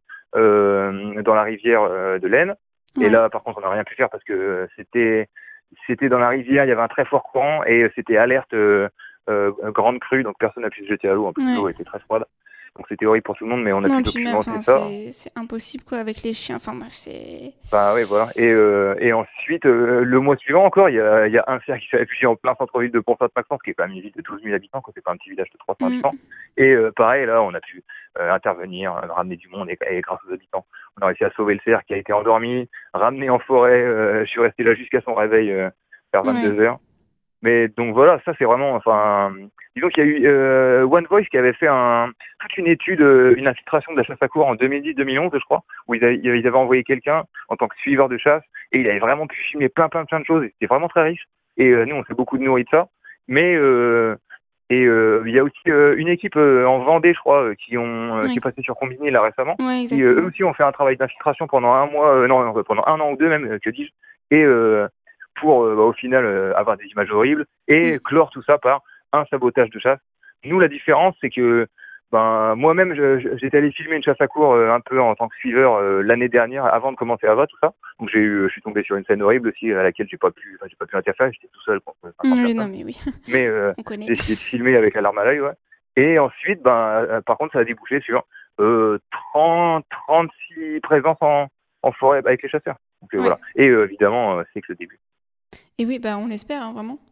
euh, dans la rivière euh, de l'Aisne. Ouais. Et là, par contre, on n'a rien pu faire parce que c'était c'était dans la rivière, il y avait un très fort courant et c'était alerte euh, euh, grande crue, donc personne n'a pu se jeter à l'eau. En plus, Ouais. l'eau était très froide. Donc c'était horrible pour tout le monde, mais on a Non, pu puis même, documenter enfin, ça. c'est, c'est impossible, quoi, avec les chiens. Enfin, bref, c'est... Bah oui, voilà. Et, euh, et ensuite, euh, le mois suivant encore, il y a, il y a un cerf qui s'est réfugié en plein centre-ville de Pont-Sainte-Maxence, qui est quand même une ville de douze mille habitants, quoi. C'est pas un petit village de trois cents Mm. habitants. Et euh, pareil, là, on a pu euh, intervenir, euh, ramener du monde, et, et grâce aux habitants, on a réussi à sauver le cerf qui a été endormi, ramener en forêt. Euh, je suis resté là jusqu'à son réveil euh, vers vingt-deux heures. Mais donc voilà, ça c'est vraiment, enfin, disons qu'il y a eu euh, One Voice qui avait fait un, toute une étude, euh, une infiltration de la chasse à courre en deux mille dix deux mille onze, je crois, où ils avaient, ils avaient envoyé quelqu'un en tant que suiveur de chasse et il avait vraiment pu filmer plein plein plein de choses. Et c'était vraiment très riche. Et euh, nous on s'est beaucoup nourri de ça. Mais euh, et euh, il y a aussi euh, une équipe euh, en Vendée, je crois, euh, qui ont euh, Oui. qui est passée sur Combini là récemment. Ouais, Qui, euh, eux exactement. aussi ont fait un travail d'infiltration pendant un mois, euh, non, euh, pendant un an ou deux même, euh, que dis-je. Et euh, pour euh, bah, au final euh, avoir des images horribles et Mm. clore tout ça par un sabotage de chasse. Nous, la différence, c'est que ben moi-même, je, je, j'étais allé filmer une chasse à courre euh, un peu en tant que suiveur euh, l'année dernière, avant de commencer Ava, tout ça. Donc j'ai eu, je suis tombé sur une scène horrible aussi à laquelle j'ai pas pu, enfin j'ai pas pu interférer, j'étais tout seul contre cinquante Mm, mais personnes. non, mais oui, Mais euh, on connaît. j'ai essayé de filmer avec la larme à l'œil, ouais. Et ensuite, ben euh, par contre, ça a débouché sur euh, trente, trente-six présences en, en forêt avec les chasseurs. Donc euh, Ouais. voilà. Et euh, évidemment, euh, c'est que le début. Et oui, bah, on l'espère, hein, vraiment.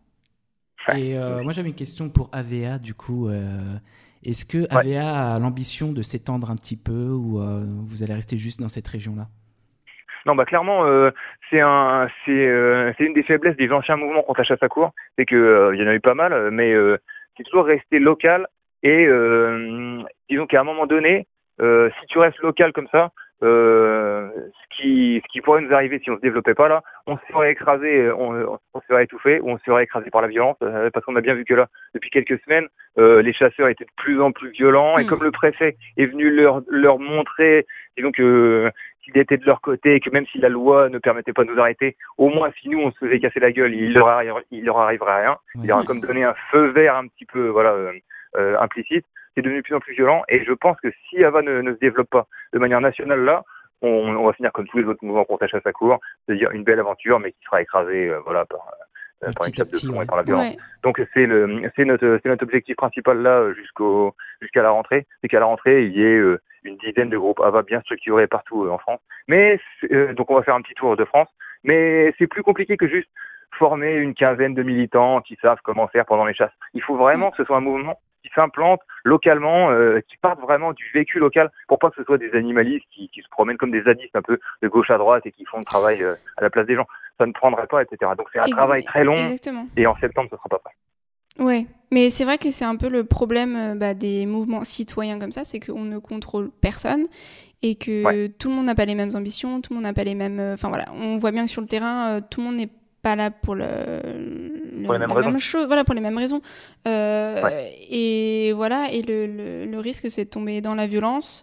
Et euh, moi, j'avais une question pour A V A, du coup. Euh, est-ce que A V A a l'ambition de s'étendre un petit peu ou euh, vous allez rester juste dans cette région-là? Non, bah clairement, euh, c'est un, c'est, euh, c'est une des faiblesses des anciens mouvements contre la chasse à courre, c'est que euh, il y en a eu pas mal, mais euh, c'est toujours resté local. Et euh, disons qu'à un moment donné, euh, si tu restes local comme ça, euh, ce qui, ce qui pourrait nous arriver si on se développait pas là, on se serait écrasé, on, on se serait étouffé, ou on se serait écrasé par la violence, euh, parce qu'on a bien vu que là, depuis quelques semaines, euh, les chasseurs étaient de plus en plus violents, et Mm. comme le préfet est venu leur, leur montrer, disons que s'il était de leur côté et que même si la loi ne permettait pas de nous arrêter, au moins si nous on se faisait casser la gueule, il leur, arri- il leur arriverait rien. Ouais. Il leur a comme donné un feu vert un petit peu, voilà, euh, euh, implicite. C'est devenu de plus en plus violent et je pense que si Ava ne, ne se développe pas de manière nationale là, on, on va finir comme tous les autres mouvements contre la chasse à courre, c'est-à-dire une belle aventure mais qui sera écrasée, euh, voilà, par, euh, par une Petit à chape de petit, plomb ouais. et par la violence. Ouais. Donc c'est le, c'est notre, c'est notre objectif principal là jusqu'au, jusqu'à la rentrée, c'est qu'à la rentrée il y ait euh, une dizaine de groupes Ava bien structurés partout euh, en France. Mais euh, donc on va faire un petit tour de France, mais c'est plus compliqué que juste former une quinzaine de militants qui savent comment faire pendant les chasses. Il faut vraiment que ce soit un mouvement qui s'implante localement, euh, qui parte vraiment du vécu local, pour pas que ce soit des animalistes qui, qui se promènent comme des zadistes un peu de gauche à droite et qui font le travail euh, à la place des gens. Ça ne prendrait pas, et cetera. Donc c'est un Ex- travail très long Exactement. et en septembre ce sera pas prêt. Ouais, mais c'est vrai que c'est un peu le problème euh, bah, des mouvements citoyens comme ça, c'est qu'on ne contrôle personne et que Ouais. tout le monde n'a pas les mêmes ambitions, tout le monde n'a pas les mêmes... Enfin voilà, on voit bien que sur le terrain, euh, tout le monde n'est pas là pour le, le- Pour les mêmes la raisons. même chose, voilà, pour les mêmes raisons. Euh, Ouais. Et voilà, et le, le, le risque, c'est de tomber dans la violence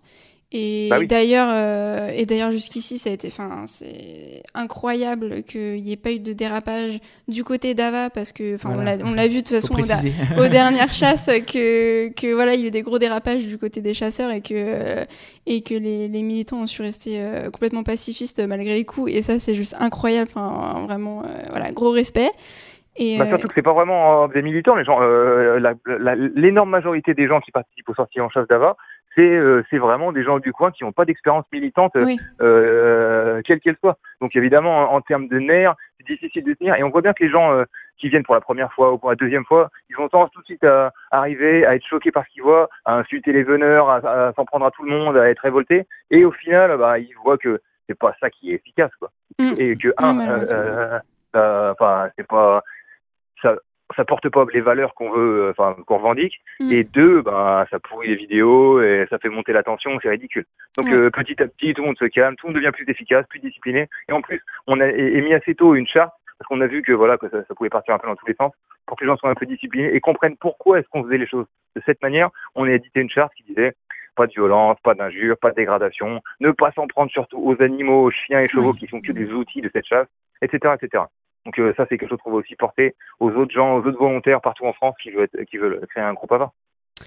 Et Bah oui. d'ailleurs, euh, et d'ailleurs jusqu'ici, ça a été, enfin, c'est incroyable qu'il n'y ait pas eu de dérapage du côté d'Ava parce que, enfin, Voilà. on l'a, on l'a vu de toute Faut façon aux, préciser. aux dernières chasses que, que voilà, il y a eu des gros dérapages du côté des chasseurs et que euh, et que les, les militants ont su rester euh, complètement pacifistes malgré les coups. Et ça, c'est juste incroyable. Enfin, vraiment, euh, voilà, gros respect. Et, Bah, euh, surtout que c'est pas vraiment euh, des militants, les gens, euh, la, la, l'énorme majorité des gens qui participent aux sorties en chasse d'Ava, c'est euh, c'est vraiment des gens du coin qui n'ont pas d'expérience militante, oui. euh, quelle qu'elle soit. Donc évidemment, en, en termes de nerfs, c'est difficile de tenir. Et on voit bien que les gens euh, qui viennent pour la première fois ou pour la deuxième fois, ils ont tendance tout de suite à arriver, à être choqués par ce qu'ils voient, à insulter les veneurs, à, à s'en prendre à tout le monde, à être révoltés. Et au final, bah, ils voient que c'est pas ça qui est efficace, quoi. Mm. Et que Non, un, malheureusement. euh, euh, enfin, c'est pas ça ça porte pas les valeurs qu'on veut, enfin qu'on revendique, Mm. et deux, ben ça pourrit les vidéos et ça fait monter la tension, c'est ridicule. Donc Ouais. euh, petit à petit, tout le monde se calme, tout le monde devient plus efficace, plus discipliné, et en plus on a é- émis assez tôt une charte parce qu'on a vu que voilà que ça, ça pouvait partir un peu dans tous les sens, pour que les gens soient un peu disciplinés et comprennent pourquoi est-ce qu'on faisait les choses de cette manière. On a édité une charte qui disait pas de violence, pas d'injures, pas de dégradation, ne pas s'en prendre surtout aux animaux, aux chiens et chevaux Ouais. qui sont que des outils de cette chasse, et cetera, et cetera. Donc euh, ça, c'est quelque chose qu'on va aussi porter aux autres gens, aux autres volontaires partout en France qui veulent, être, qui veulent créer un groupe Ava.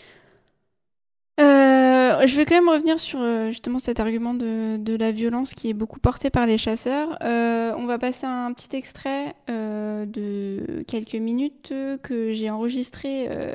Euh, je vais quand même revenir sur euh, justement cet argument de, de la violence qui est beaucoup porté par les chasseurs. Euh, on va passer à un petit extrait euh, de quelques minutes euh, que j'ai enregistré. Euh,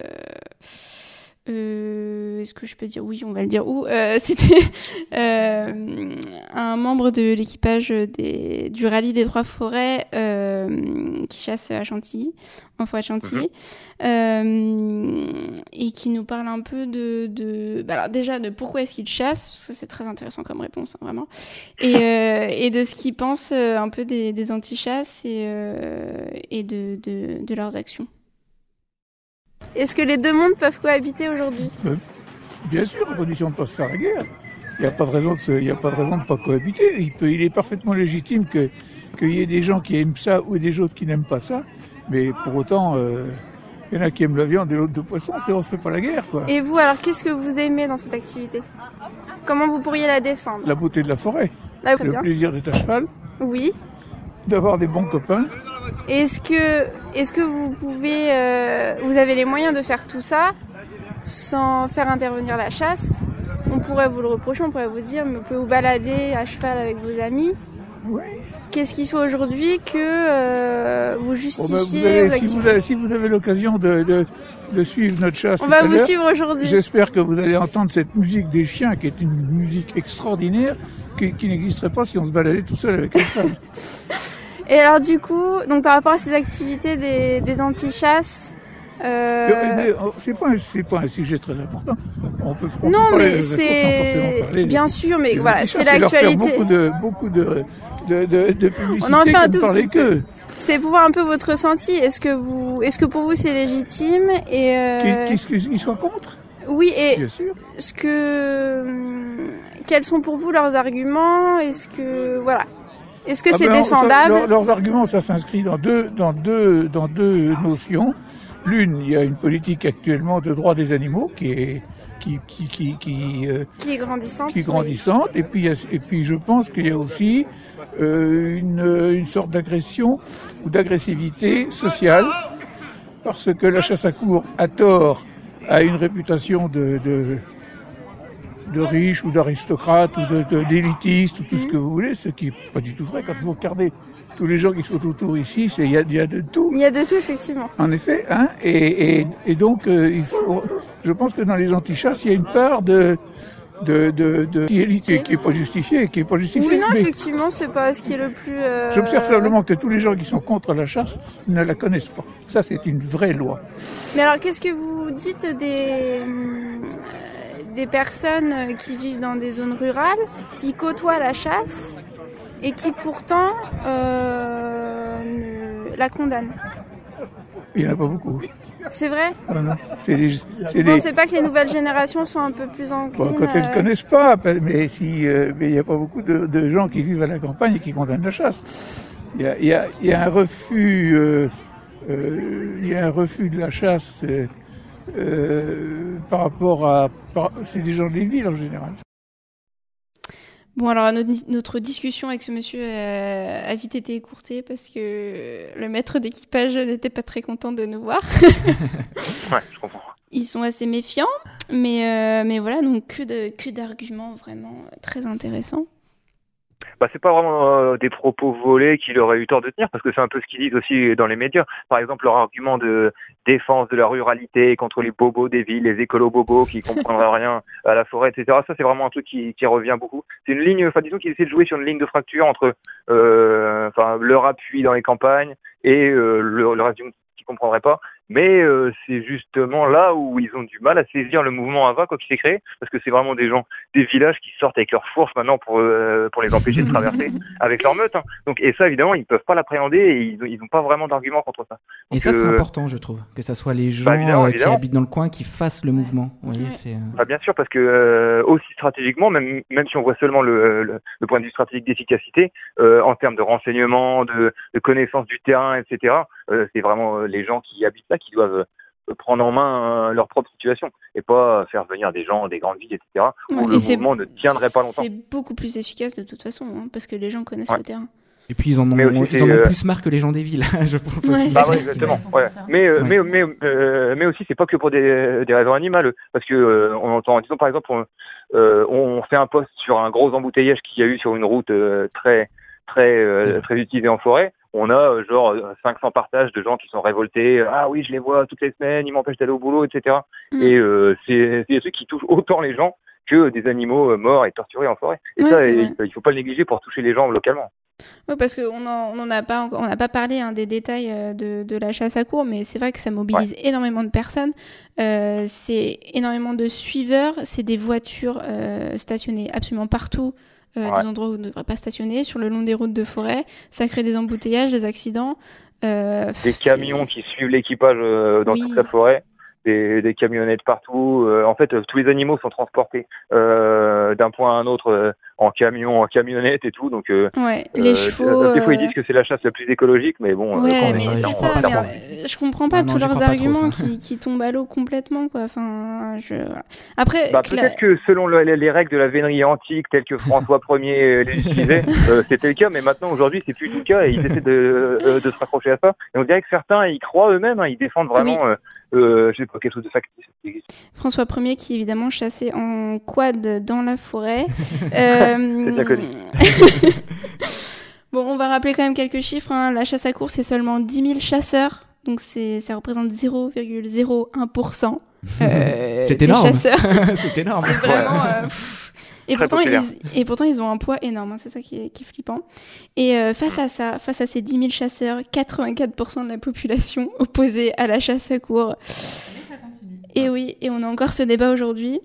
euh, est-ce que je peux dire oui, on va le dire où euh, C'était euh, un membre de l'équipage des, du rallye des Trois Forêts euh, qui chasse à Chantilly, en forêt de Chantilly, mm-hmm. euh, et qui nous parle un peu de, de bah alors déjà de pourquoi est-ce qu'il chasse, parce que c'est très intéressant comme réponse, hein, vraiment, et, euh, et de ce qu'il pense euh, un peu des, des anti-chasses et, euh, et de, de, de leurs actions. Est-ce que les deux mondes peuvent cohabiter aujourd'hui ? euh, Bien sûr, à condition de ne pas se faire la guerre. Il n'y a pas de raison de se, il n'y a pas de raison de pas cohabiter. Il peut, il est parfaitement légitime que qu'il y ait des gens qui aiment ça ou des autres qui n'aiment pas ça. Mais pour autant, euh, il y en a qui aiment la viande et l'autre de poisson. C'est on se fait pas la guerre, quoi. Et vous, alors, qu'est-ce que vous aimez dans cette activité ? Comment vous pourriez la défendre ? La beauté de la forêt, la... le plaisir d'être à cheval. Oui. D'avoir des bons copains. Est-ce que, est-ce que vous pouvez, euh, vous avez les moyens de faire tout ça sans faire intervenir la chasse ? On pourrait vous le reprocher, on pourrait vous dire, mais vous pouvez vous balader à cheval avec vos amis. Oui. Qu'est-ce qui fait aujourd'hui que euh, vous justifiez bon ben vous avez, vos si, activités ? vous avez, si vous avez l'occasion de, de, de suivre notre chasse, on va vous suivre aujourd'hui. J'espère que vous allez entendre cette musique des chiens, qui est une musique extraordinaire, qui, qui n'existerait pas si on se baladait tout seul avec les femmes. Et alors du coup, donc par rapport à ces activités des, des anti-chasses, euh... c'est pas un, c'est pas un sujet très important. On peut non mais c'est bien sûr, mais voilà, c'est l'actualité. Leur faire beaucoup de beaucoup de de, de, de publicité. On en fait un tout petit peu. C'est pour voir un peu votre ressenti. Est-ce que vous, est-ce que pour vous c'est légitime et euh... qu'est-ce qu'ils soient contre ? Oui, et bien sûr. Ce que quels sont pour vous leurs arguments ? Est-ce que voilà. Est-ce que ah c'est ben, défendable ? ça, leur, Leurs arguments, ça s'inscrit dans deux, dans deux, dans deux notions. L'une, il y a une politique actuellement de droit des animaux qui est, qui, qui, qui, qui, euh, qui est grandissante. Qui est grandissante. Oui. Et puis, et puis, je pense qu'il y a aussi euh, une, une sorte d'agression ou d'agressivité sociale, parce que la chasse à courre, à tort, a une réputation de, de de riches ou d'aristocrates ou de, de, d'élitistes ou tout mmh. ce que vous voulez, ce qui n'est pas du tout vrai. Quand vous regardez tous les gens qui sont autour ici, il y a, y a de tout. Il y a de tout, effectivement. En effet, hein, et, et, et donc, euh, il faut, je pense que dans les antichasses, il y a une part de de de, de qui est qui n'est pas justifiée, qui est pas justifiée. Oui, non, effectivement, c'est pas ce qui est le plus. Euh... J'observe simplement que tous les gens qui sont contre la chasse ne la connaissent pas. Ça, c'est une vraie loi. Mais alors, qu'est-ce que vous dites des des personnes qui vivent dans des zones rurales, qui côtoient la chasse et qui pourtant euh, ne la condamnent ? Il n'y en a pas beaucoup. C'est vrai ? Ah non, c'est des, c'est Vous ne pensez des... pas que les nouvelles générations sont un peu plus enclines ? Bon, quand elles ne euh... connaissent pas, mais si, euh, mais il n'y a pas beaucoup de, de gens qui vivent à la campagne et qui condamnent la chasse. Il y a, il y a, il y a un refus, euh, euh, il y a un refus de la chasse. Euh, Euh, par rapport à... Par, c'est des gens des villes en général. Bon, alors notre, notre discussion avec ce monsieur a, a vite été écourtée parce que le maître d'équipage n'était pas très content de nous voir. Ouais, je comprends. Ils sont assez méfiants, mais, euh, mais voilà, donc que, de, que d'arguments vraiment très intéressants. Bah, c'est pas vraiment euh, des propos volés qu'il aurait eu tort de tenir, parce que c'est un peu ce qu'ils disent aussi dans les médias. Par exemple, leur argument de défense de la ruralité contre les bobos des villes, les écolos bobos qui comprendraient rien à la forêt, et cetera. Ça, c'est vraiment un truc qui, qui revient beaucoup. C'est une ligne, enfin, disons qu'ils essaient de jouer sur une ligne de fracture entre, euh, enfin, leur appui dans les campagnes et euh, le, le reste du monde qui comprendrait pas. Mais euh, c'est justement là où ils ont du mal à saisir le mouvement Ava quand il s'est créé, parce que c'est vraiment des gens des villages qui sortent avec leurs fourches maintenant pour euh, pour les empêcher de traverser avec leur meute. Hein. Donc et ça évidemment ils peuvent pas l'appréhender et ils ils ont pas vraiment d'argument contre ça. Donc, et ça c'est euh... important je trouve que ça soit les gens bah, évidemment, euh, évidemment. qui habitent dans le coin qui fassent le mouvement. Vous voyez, Ouais. c'est. Euh... Bah, bien sûr parce que euh, aussi stratégiquement même même si on voit seulement le le, le point de vue stratégique d'efficacité euh, en termes de renseignement, de, de connaissance du terrain, et cetera. Euh, c'est vraiment euh, les gens qui habitent là qui doivent prendre en main euh, leur propre situation et pas faire venir des gens des grandes villes, et cetera. Où Ouais, le et c'est- mouvement ne tiendrait pas longtemps. C'est beaucoup plus efficace de toute façon, hein, parce que les gens connaissent Ouais. le terrain. Et puis ils en ont, Mais aussi, ils en ont c'est, euh, plus marre que les gens des villes, je pense Ouais, aussi. c'est Bah vrai, ouais, c'est exactement. vrai, ils sont Ouais. comme ça. Mais, euh, Ouais. mais mais euh, mais aussi c'est pas que pour des, des raisons animales, parce que euh, on entend, disons par exemple, on, euh, on fait un post sur un gros embouteillage qu'il y a eu sur une route euh, très très euh, très utilisée en forêt. On a euh, genre cinq cents partages de gens qui sont révoltés. Ah oui, je les vois toutes les semaines, ils m'empêchent d'aller au boulot, et cetera. Mm. Et euh, c'est, c'est des trucs qui touchent autant les gens que des animaux euh, morts et torturés en forêt. Et Ouais, ça, c'est il, vrai. il faut pas le négliger pour toucher les gens localement. Ouais, parce qu'on en, on en a pas, encore- on n'a pas parlé hein, des détails euh, de, de la chasse à courre, mais c'est vrai que ça mobilise énormément de personnes. Euh, c'est énormément de suiveurs, c'est des voitures euh, stationnées absolument partout, euh, Ouais. des endroits où on ne devrait pas stationner, sur le long des routes de forêt. Ça crée des embouteillages, des accidents. Euh, Des c'est- camions qui suivent l'équipage euh, dans Oui. toute la forêt, des, des camionnettes partout. Euh, en fait, euh, tous les animaux sont transportés euh, d'un point à un autre euh, en camion, en camionnette et tout. Donc, euh, Ouais, les euh, chevaux. des fois, ils euh, disent que c'est la chasse la plus écologique, mais bon. Ouais, euh, quand on mais va- c'est on ça, va pas mais trop. euh, je comprends pas Ah non, tous j'y leurs crois pas trop, arguments ça. qui, qui tombent à l'eau complètement, quoi. Enfin, je... voilà. Après, Bah, Cla- peut-être que selon le- les, les règles de la vénerie antique, telles que François Ier euh, les utilisait, euh, c'était le cas, mais maintenant, aujourd'hui, c'est plus du tout le cas et ils essaient de, euh, de se raccrocher à ça. Et on dirait que certains, ils croient eux-mêmes, hein, ils défendent vraiment, Oui. euh, euh, je sais pas, quelque chose de factice. François Ier qui évidemment chassait en quad dans la forêt. Euh, C'est bien connu. Bon, on va rappeler quand même quelques chiffres. Hein. La chasse à courre, c'est seulement dix mille chasseurs, donc c'est, ça représente zéro virgule zéro un pour cent euh, C'est des énorme. chasseurs. C'est énorme. C'est vraiment. euh, pff. Et Très pourtant, populaire. ils, et pourtant, ils ont un poids énorme, hein, c'est ça qui est, qui est flippant. Et euh, face à ça, face à ces dix mille chasseurs, quatre-vingt-quatre pour cent de la population opposée à la chasse à courre. Et oui, et on a encore ce débat aujourd'hui.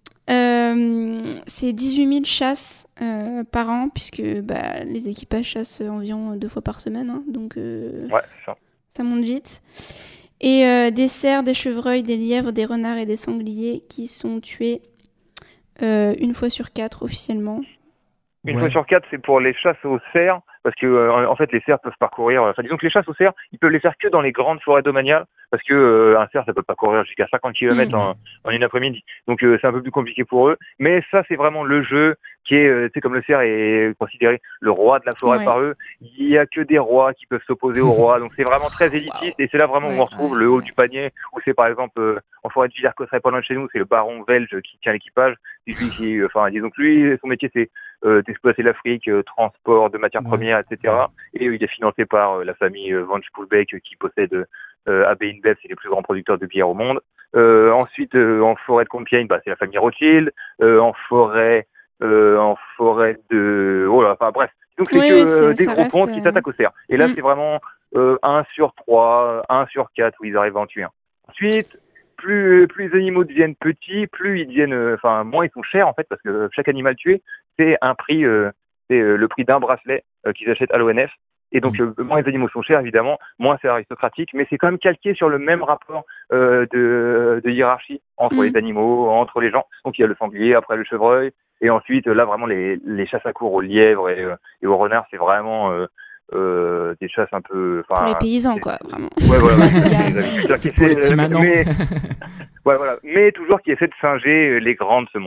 Euh, c'est dix-huit mille chasses euh, par an, puisque bah, les équipages chassent environ deux fois par semaine, hein, donc euh, Ouais, c'est ça. ça monte vite. Et euh, des cerfs, des chevreuils, des lièvres, des renards et des sangliers qui sont tués euh, une fois sur quatre officiellement. Une Ouais. fois sur quatre, c'est pour les chasses aux cerfs, parce que euh, en fait les cerfs peuvent parcourir. Enfin, disons que les chasses aux cerfs, ils peuvent les faire que dans les grandes forêts domaniales, parce que euh, un cerf, ça peut pas courir jusqu'à cinquante kilomètres Mmh. en, en une après-midi. Donc euh, c'est un peu plus compliqué pour eux. Mais ça, c'est vraiment le jeu qui est, euh, tu sais, comme le cerf est considéré le roi de la forêt Ouais. par eux. Il y a que des rois qui peuvent s'opposer aux rois. Donc c'est vraiment très élitiste, et c'est là vraiment où Ouais, on retrouve ouais, le haut ouais. du panier, où c'est par exemple euh, en forêt de Villers-Cotterêts, pas loin de chez nous, c'est le baron belge qui tient l'équipage. C'est lui qui, euh, enfin, disons que lui, son métier c'est euh, d'exploiter l'Afrique, euh, transport de matières Ouais. premières, et cetera. Et euh, il est financé par euh, la famille euh, Van Spoelbeek, euh, qui possède euh, A B InBev, c'est les plus grands producteurs de bière au monde. Euh, ensuite, euh, en forêt de Compiègne, bah, c'est la famille Rothschild. Euh, en forêt, euh, en forêt de, oh là, enfin bref. Donc c'est Oui, que oui, euh, c'est- des ça gros reste, ponts qui euh, s'attaquent au cerf. Et là, Mm. c'est vraiment euh, un sur trois, un sur quatre où ils arrivent à en tuer un. Ensuite, plus plus les animaux deviennent petits, plus ils deviennent, euh, enfin moins ils sont chers en fait, parce que chaque animal tué, c'est un prix, euh, c'est euh, le prix d'un bracelet euh, qu'ils achètent à l'O N F. Et donc, Mmh. euh, moins les animaux sont chers, évidemment, moins c'est aristocratique, mais c'est quand même calqué sur le même rapport euh, de, de hiérarchie entre Mmh. les animaux, entre les gens. Donc, il y a le sanglier, après le chevreuil, et ensuite, là, vraiment, les, les chasses à courre aux lièvres et, euh, et aux renards, c'est vraiment euh, euh, des chasses un peu... Pour les Enfin, paysans, quoi, vraiment. ouais, voilà, ouais, c'est les agriculteurs C'est qui pour les essaient- petits manants. mais, ouais, voilà, mais toujours qui essaient de singer les grands de ce monde. Voilà.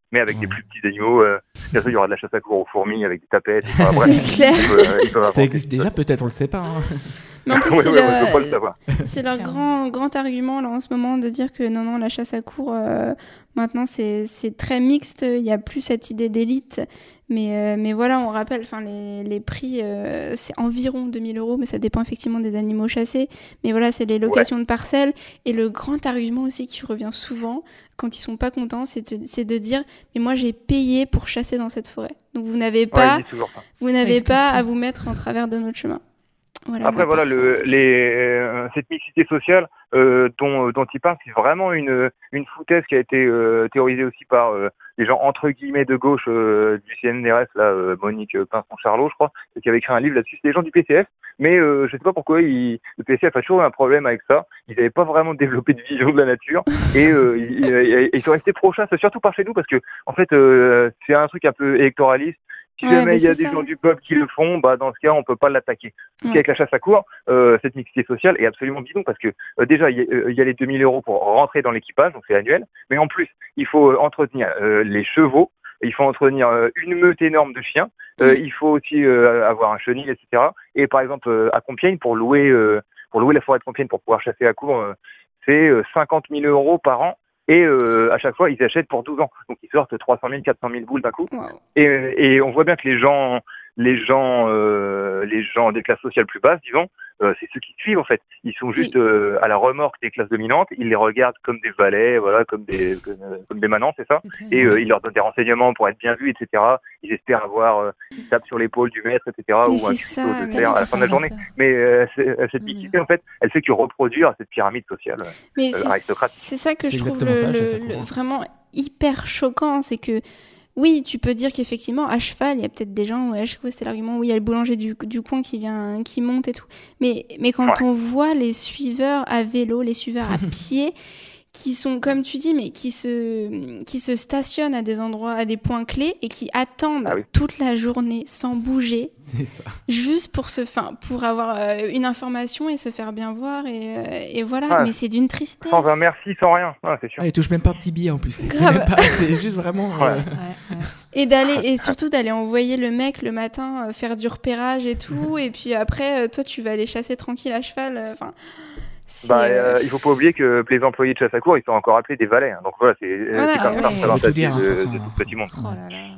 mais avec Ouais. des plus petits animaux. Euh, bien sûr, il y aura de la chasse à courre aux fourmis avec des tapettes. Enfin, bref, C'est clair. ils peuvent, ils peuvent Ça inventer. existe déjà, peut-être, on le sait pas. hein. Mais en plus, Ouais, c'est ouais, le- ouais, je peux pas le savoir. c'est leur grand, grand argument là, en ce moment de dire que non, non, la chasse à courre, euh, maintenant, c'est c'est très mixte. Il n'y a plus cette idée d'élite. Mais, euh, mais voilà, on rappelle, enfin, les, les prix, euh, c'est environ deux mille euros, mais ça dépend effectivement des animaux chassés. Mais voilà, c'est les locations de parcelles. Et le grand argument aussi qui revient souvent quand ils sont pas contents, c'est de, c'est de dire mais moi j'ai payé pour chasser dans cette forêt. Donc vous n'avez Ouais, pas, ils disent toujours ça. vous n'avez excuse pas tout. à vous mettre en travers de notre chemin. Voilà, Après, moi, voilà, c'est le, ça. les, euh, cette mixité sociale euh, dont, dont il parle, c'est vraiment une, une foutaise qui a été euh, théorisée aussi par euh, les gens entre guillemets de gauche euh, du C N R S, là, euh, Monique Pinson-Charlot, je crois, qui avait écrit un livre là-dessus. C'est des gens du P C F, mais euh, je sais pas pourquoi ils, le P C F a toujours eu un problème avec ça. Ils n'avaient pas vraiment développé de vision de la nature et euh, ils, ils, ils sont restés pro-chasse, surtout par chez nous, parce que en fait, euh, c'est un truc un peu électoraliste. Si Ouais, jamais mais il y a c'est des ça. gens du peuple qui le font, bah dans ce cas on peut pas l'attaquer. Ouais. Avec la chasse à courre, euh, cette mixité sociale est absolument bidon parce que euh, déjà il y, a, euh, il y a les deux mille euros pour rentrer dans l'équipage, donc c'est annuel, mais en plus il faut euh, entretenir euh, les chevaux, il faut entretenir euh, une meute énorme de chiens, euh, Mm. il faut aussi euh, avoir un chenil, et cetera. Et par exemple euh, à Compiègne pour louer euh, pour louer la forêt de Compiègne pour pouvoir chasser à courre, euh, c'est euh, cinquante mille euros par an. Et euh, à chaque fois, ils achètent pour douze ans. Donc, ils sortent trois cent mille, quatre cent mille boules d'un coup. Wow. Et, et on voit bien que les gens, les gens, euh, les gens des classes sociales plus basses, disons, euh, c'est ceux qui suivent en fait. Ils sont juste Oui. euh, à la remorque des classes dominantes. Ils les regardent comme des valets, voilà, comme des, comme, comme des manants, c'est ça. Et euh, ils leur donnent des renseignements pour être bien vus, et cetera. Ils espèrent avoir euh, une tape sur l'épaule du maître, et cetera. Mais Ou un c'est tuto ça, de mais fer à la fin de la journée. Mais euh, c'est- cette Oui. mixité, en fait, elle fait que reproduire cette pyramide sociale. Mais Euh, c'est aristocratique. c'est ça que C'est je trouve exactement le, ça, le- chasse à le- courre. vraiment hyper choquant. C'est que, oui, tu peux dire qu'effectivement, à cheval, il y a peut-être des gens, ouais, je crois que c'est l'argument, oui, il y a le boulanger du, du coin qui vient, qui monte et tout. Mais, mais quand Ouais. on voit les suiveurs à vélo, les suiveurs à pied, qui sont, comme tu dis, mais qui se, qui se stationnent à des endroits, à des points clés et qui attendent Ah oui. toute la journée sans bouger, C'est ça. juste pour se, fin, pour avoir euh, une information et se faire bien voir et, euh, et voilà. Ah, mais c'est d'une tristesse. Sans un merci, sans rien. Ah, c'est sûr. Ah, ils touchent même pas un petit billet en plus. C'est Grave. même pas- c'est juste vraiment. Ouais. euh, Ouais, ouais. Et d'aller et surtout d'aller envoyer le mec le matin euh, faire du repérage et tout et puis après euh, toi tu vas aller chasser tranquille à cheval euh, enfin c'est, Bah, euh, euh, il faut pas oublier que les employés de chasse à courre, ils sont encore appelés des valets. hein. Donc voilà, c'est euh, Voilà, c'est comme ouais. ça, Ça ça veut va tout passer dire, hein, de, de de toute façon, tout hein. ce petit monde. Oh là là.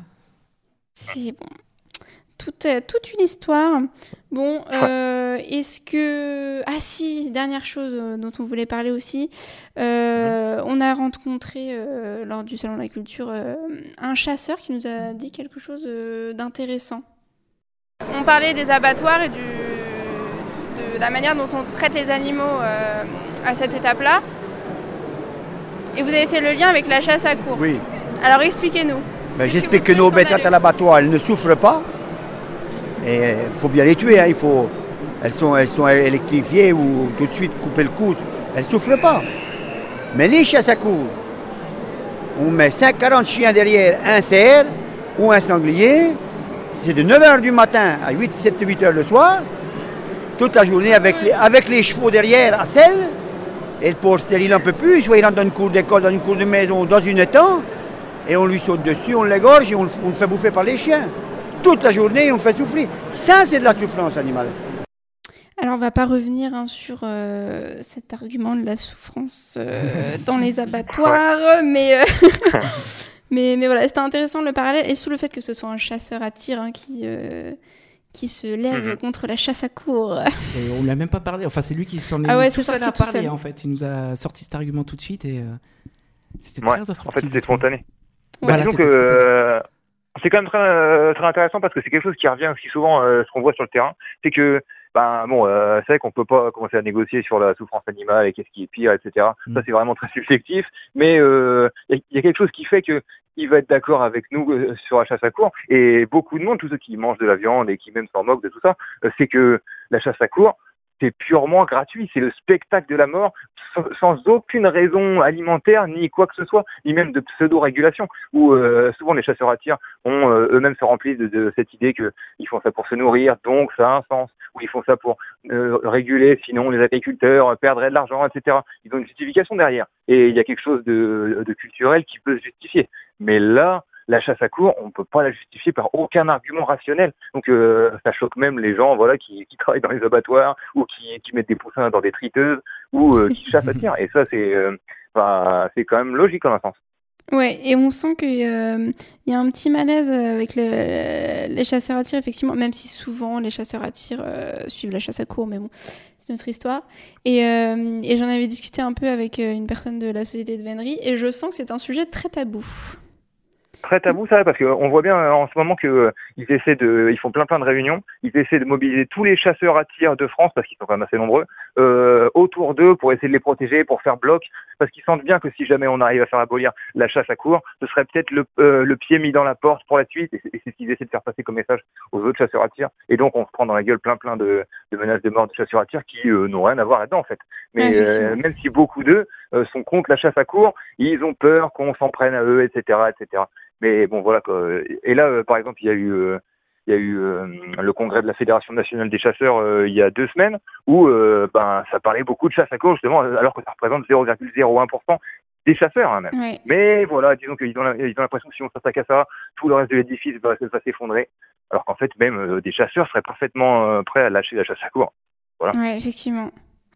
c'est bon toute euh, toute une histoire. Bon, euh, est-ce que ah si dernière chose euh, dont on voulait parler aussi, euh, on a rencontré euh, lors du salon de la culture euh, un chasseur qui nous a dit quelque chose euh, d'intéressant. On parlait des abattoirs et du de la manière dont on traite les animaux euh, à cette étape-là. Et vous avez fait le lien avec la chasse à courre. Oui, Alors expliquez-nous. ben, Qu'est-ce j'explique que que vous nos trouvez bêtes à scandaleux l'abattoir, elles ne souffrent pas. Et il faut bien les tuer, hein, il faut, elles, sont, elles sont électrifiées ou tout de suite couper le cou. Elles ne souffrent pas. Mais les chasses à courre, on met cinq quarante chiens derrière un cerf ou un sanglier. C'est de neuf heures du matin à huit, sept, huit heures le soir. Toute la journée avec les, avec les chevaux derrière à selle. Et le pauvre cerf, il n'en peut plus. Soit il rentre dans une cour d'école, dans une cour de maison, dans une étang. Et on lui saute dessus, on l'égorge et on, le- on le fait bouffer par les chiens. Toute la journée, on le fait souffrir. Ça, c'est de la souffrance animale. Alors, on va pas revenir hein, sur euh, cet argument de la souffrance euh, dans les abattoirs, mais, euh, mais, mais voilà, c'était intéressant le parallèle, et sous le fait que ce soit un chasseur à tir hein, qui, euh, qui se lève Mhm. contre la chasse à courre. Et on l'a même pas parlé. Enfin, c'est lui qui s'en est Ah ouais, tout c'est seul sorti à tout parler seul. en fait. Il nous a sorti cet argument tout de suite et euh, c'était Ouais, très instructif. en fait, je c'était trouve. spontané. Voilà, Bah, disons que c'était spontané. euh, c'est quand même très, euh, très intéressant parce que c'est quelque chose qui revient aussi souvent, euh, ce qu'on voit sur le terrain. C'est que, ben bon, euh, c'est vrai qu'on peut pas commencer à négocier sur la souffrance animale et qu'est-ce qui est pire, et cetera. Mm. Ça, c'est vraiment très subjectif. Mais il euh, y, y a quelque chose qui fait que il va être d'accord avec nous euh, sur la chasse à courre. Et beaucoup de monde, tous ceux qui mangent de la viande et qui même s'en moquent de tout ça, euh, c'est que la chasse à courre, c'est purement gratuit. C'est le spectacle de la mort sans, sans aucune raison alimentaire, ni quoi que ce soit, ni même de pseudo-régulation, où euh, souvent les chasseurs à tir ont euh, eux-mêmes se remplissent de, de cette idée qu'ils font ça pour se nourrir, donc ça a un sens, ou ils font ça pour euh, réguler, sinon les agriculteurs perdraient de l'argent, et cetera. Ils ont une justification derrière. Et il y a quelque chose de, de culturel qui peut se justifier. Mais là, la chasse à courre, on ne peut pas la justifier par aucun argument rationnel. Donc euh, ça choque même les gens voilà, qui, qui travaillent dans les abattoirs ou qui, qui mettent des poussins dans des triteuses ou euh, qui chassent à tir. Et ça, c'est, euh, bah, c'est quand même logique en un sens. Ouais, et on sent qu'il euh, y a un petit malaise avec le, les chasseurs à tir, effectivement, même si souvent les chasseurs à tir euh, suivent la chasse à courre, mais bon, c'est notre histoire. Et, euh, et j'en avais discuté un peu avec une personne de la société de vénerie, et je sens que c'est un sujet très tabou. Très tabou ça, parce qu'on voit bien en ce moment qu'ils euh, essaient de, ils font plein plein de réunions, ils essaient de mobiliser tous les chasseurs à tir de France, parce qu'ils sont quand même assez nombreux, euh, autour d'eux pour essayer de les protéger, pour faire bloc, parce qu'ils sentent bien que si jamais on arrive à faire abolir la chasse à courre, ce serait peut-être le, euh, le pied mis dans la porte pour la suite, et c'est, et c'est ce qu'ils essaient de faire passer comme message aux autres chasseurs à tir, et donc on se prend dans la gueule plein plein de, de menaces de mort de chasseurs à tir qui euh, n'ont rien à voir là-dedans en fait. Mais euh, même si beaucoup d'eux euh, sont contre la chasse à courre, ils ont peur qu'on s'en prenne à eux, et cetera, et cetera. Mais bon, voilà quoi. Et là, euh, par exemple, il y a eu, euh, il y a eu euh, le congrès de la Fédération nationale des chasseurs euh, il y a deux semaines où euh, ben ça parlait beaucoup de chasse à courre justement, alors que ça représente zéro virgule zéro un pour cent des chasseurs hein, même. Ouais. Mais voilà, disons qu'ils ont, ils ont l'impression que si on s'attaque à ça, tout le reste de l'édifice va, va s'effondrer. Alors qu'en fait, même euh, des chasseurs seraient parfaitement euh, prêts à lâcher la chasse à courre. Voilà. Ouais, effectivement.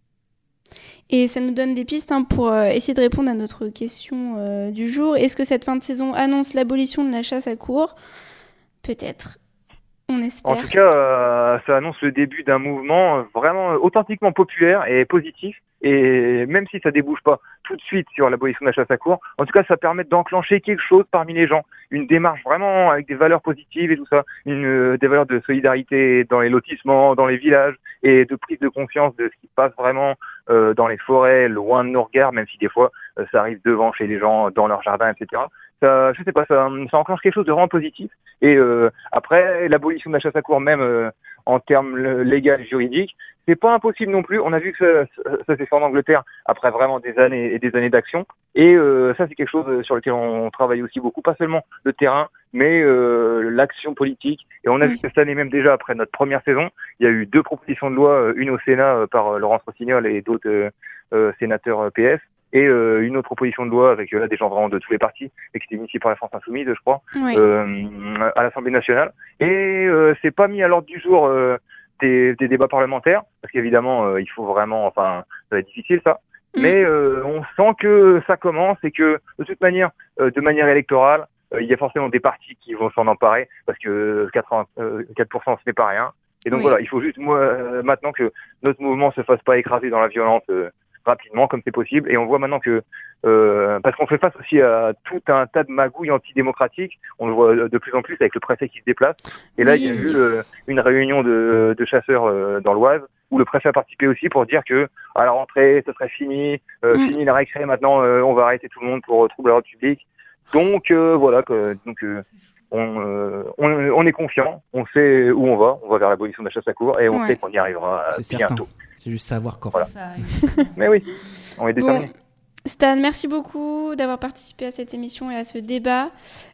Et ça nous donne des pistes hein, pour euh, essayer de répondre à notre question euh, du jour. Est-ce que cette fin de saison annonce l'abolition de la chasse à courre ? Peut-être. On espère. En tout cas, euh, ça annonce le début d'un mouvement vraiment authentiquement populaire et positif. Et même si ça débouche pas tout de suite sur l'abolition de la chasse à courre, en tout cas, ça permet d'enclencher quelque chose parmi les gens. Une démarche vraiment avec des valeurs positives et tout ça. Une, euh, des valeurs de solidarité dans les lotissements, dans les villages et de prise de conscience de ce qui se passe vraiment euh, dans les forêts, loin de nos regards, même si des fois, euh, ça arrive devant chez les gens, dans leur jardin, et cetera. Ça, je sais pas, ça, ça enclenche quelque chose de vraiment positif. Et euh, après, l'abolition de la chasse à courre, même euh, en termes légaux et juridiques, c'est pas impossible non plus. On a vu que ça, ça, ça s'est fait en Angleterre après vraiment des années et des années d'action. Et euh, ça, c'est quelque chose sur lequel on travaille aussi beaucoup, pas seulement le terrain, mais euh, l'action politique. Et on a vu que cette année même déjà, après notre première saison, il y a eu deux propositions de loi, une au Sénat euh, par Laurence Rossignol et d'autres euh, euh, sénateurs P S, et euh, une autre proposition de loi avec euh, là, des gens vraiment de tous les partis, et qui était initiée par la France Insoumise, je crois, ouais. euh, à l'Assemblée nationale. Et euh, c'est pas mis à l'ordre du jour euh, des, des débats parlementaires, parce qu'évidemment, euh, il faut vraiment, enfin, ça va être difficile ça. Mmh. Mais euh, on sent que ça commence et que de toute manière, euh, de manière électorale, euh, il y a forcément des partis qui vont s'en emparer, parce que quatre-vingt-quatre pour cent ce n'est pas rien. Et donc oui. Voilà, il faut juste moi, euh, maintenant que notre mouvement se fasse pas écraser dans la violence euh, rapidement comme c'est possible. Et on voit maintenant que euh, parce qu'on fait face aussi à tout un tas de magouilles antidémocratiques, on le voit de plus en plus avec le préfet qui se déplace. Et là, oui. Il y a eu euh, une réunion de, de chasseurs euh, dans l'Oise où le préfet a participé aussi pour dire que à la rentrée, ça serait fini, euh, mmh. fini la récré, maintenant euh, on va arrêter tout le monde pour troubler l'ordre public. Donc euh, voilà, que, donc euh, on, euh, on, on est confiant, on sait où on va, on va vers l'abolition de la chasse à courre et on ouais. sait qu'on y arrivera c'est bientôt. Certain. C'est juste savoir quand. Voilà. Ça, mais oui, on est déterminé. Bon. Stan, merci beaucoup d'avoir participé à cette émission et à ce débat.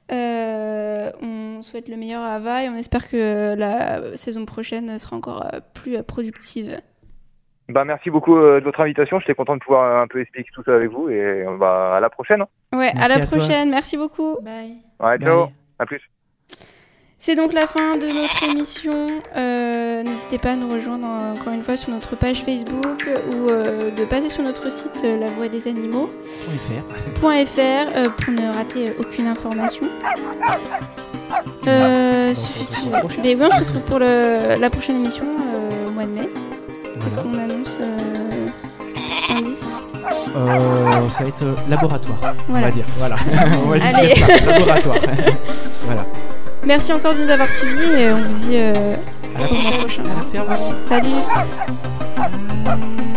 Euh, on souhaite le meilleur à Ava et on espère que la saison prochaine sera encore plus productive. Bah, merci beaucoup de votre invitation. J'étais content de pouvoir un peu expliquer tout ça avec vous et bah, à la prochaine. Ouais, merci à la à prochaine. Toi. Merci beaucoup. Bye. Ouais, ciao. Bye. À plus. C'est donc la fin de notre émission. Euh, n'hésitez pas à nous rejoindre encore une fois sur notre page Facebook ou euh, de passer sur notre site euh, la voix des animaux point f r euh, pour ne rater aucune information. Euh, mais oui, on se retrouve pour le, la prochaine émission euh, au mois de mai. Voilà. Qu'est-ce qu'on annonce euh, indice euh, Ça va être euh, laboratoire, voilà. On va dire. Voilà. On va juste Allez. dire ça, laboratoire. Voilà. Merci encore de nous avoir suivis et on vous dit euh, à la prochaine. prochain. Merci à vous. Salut.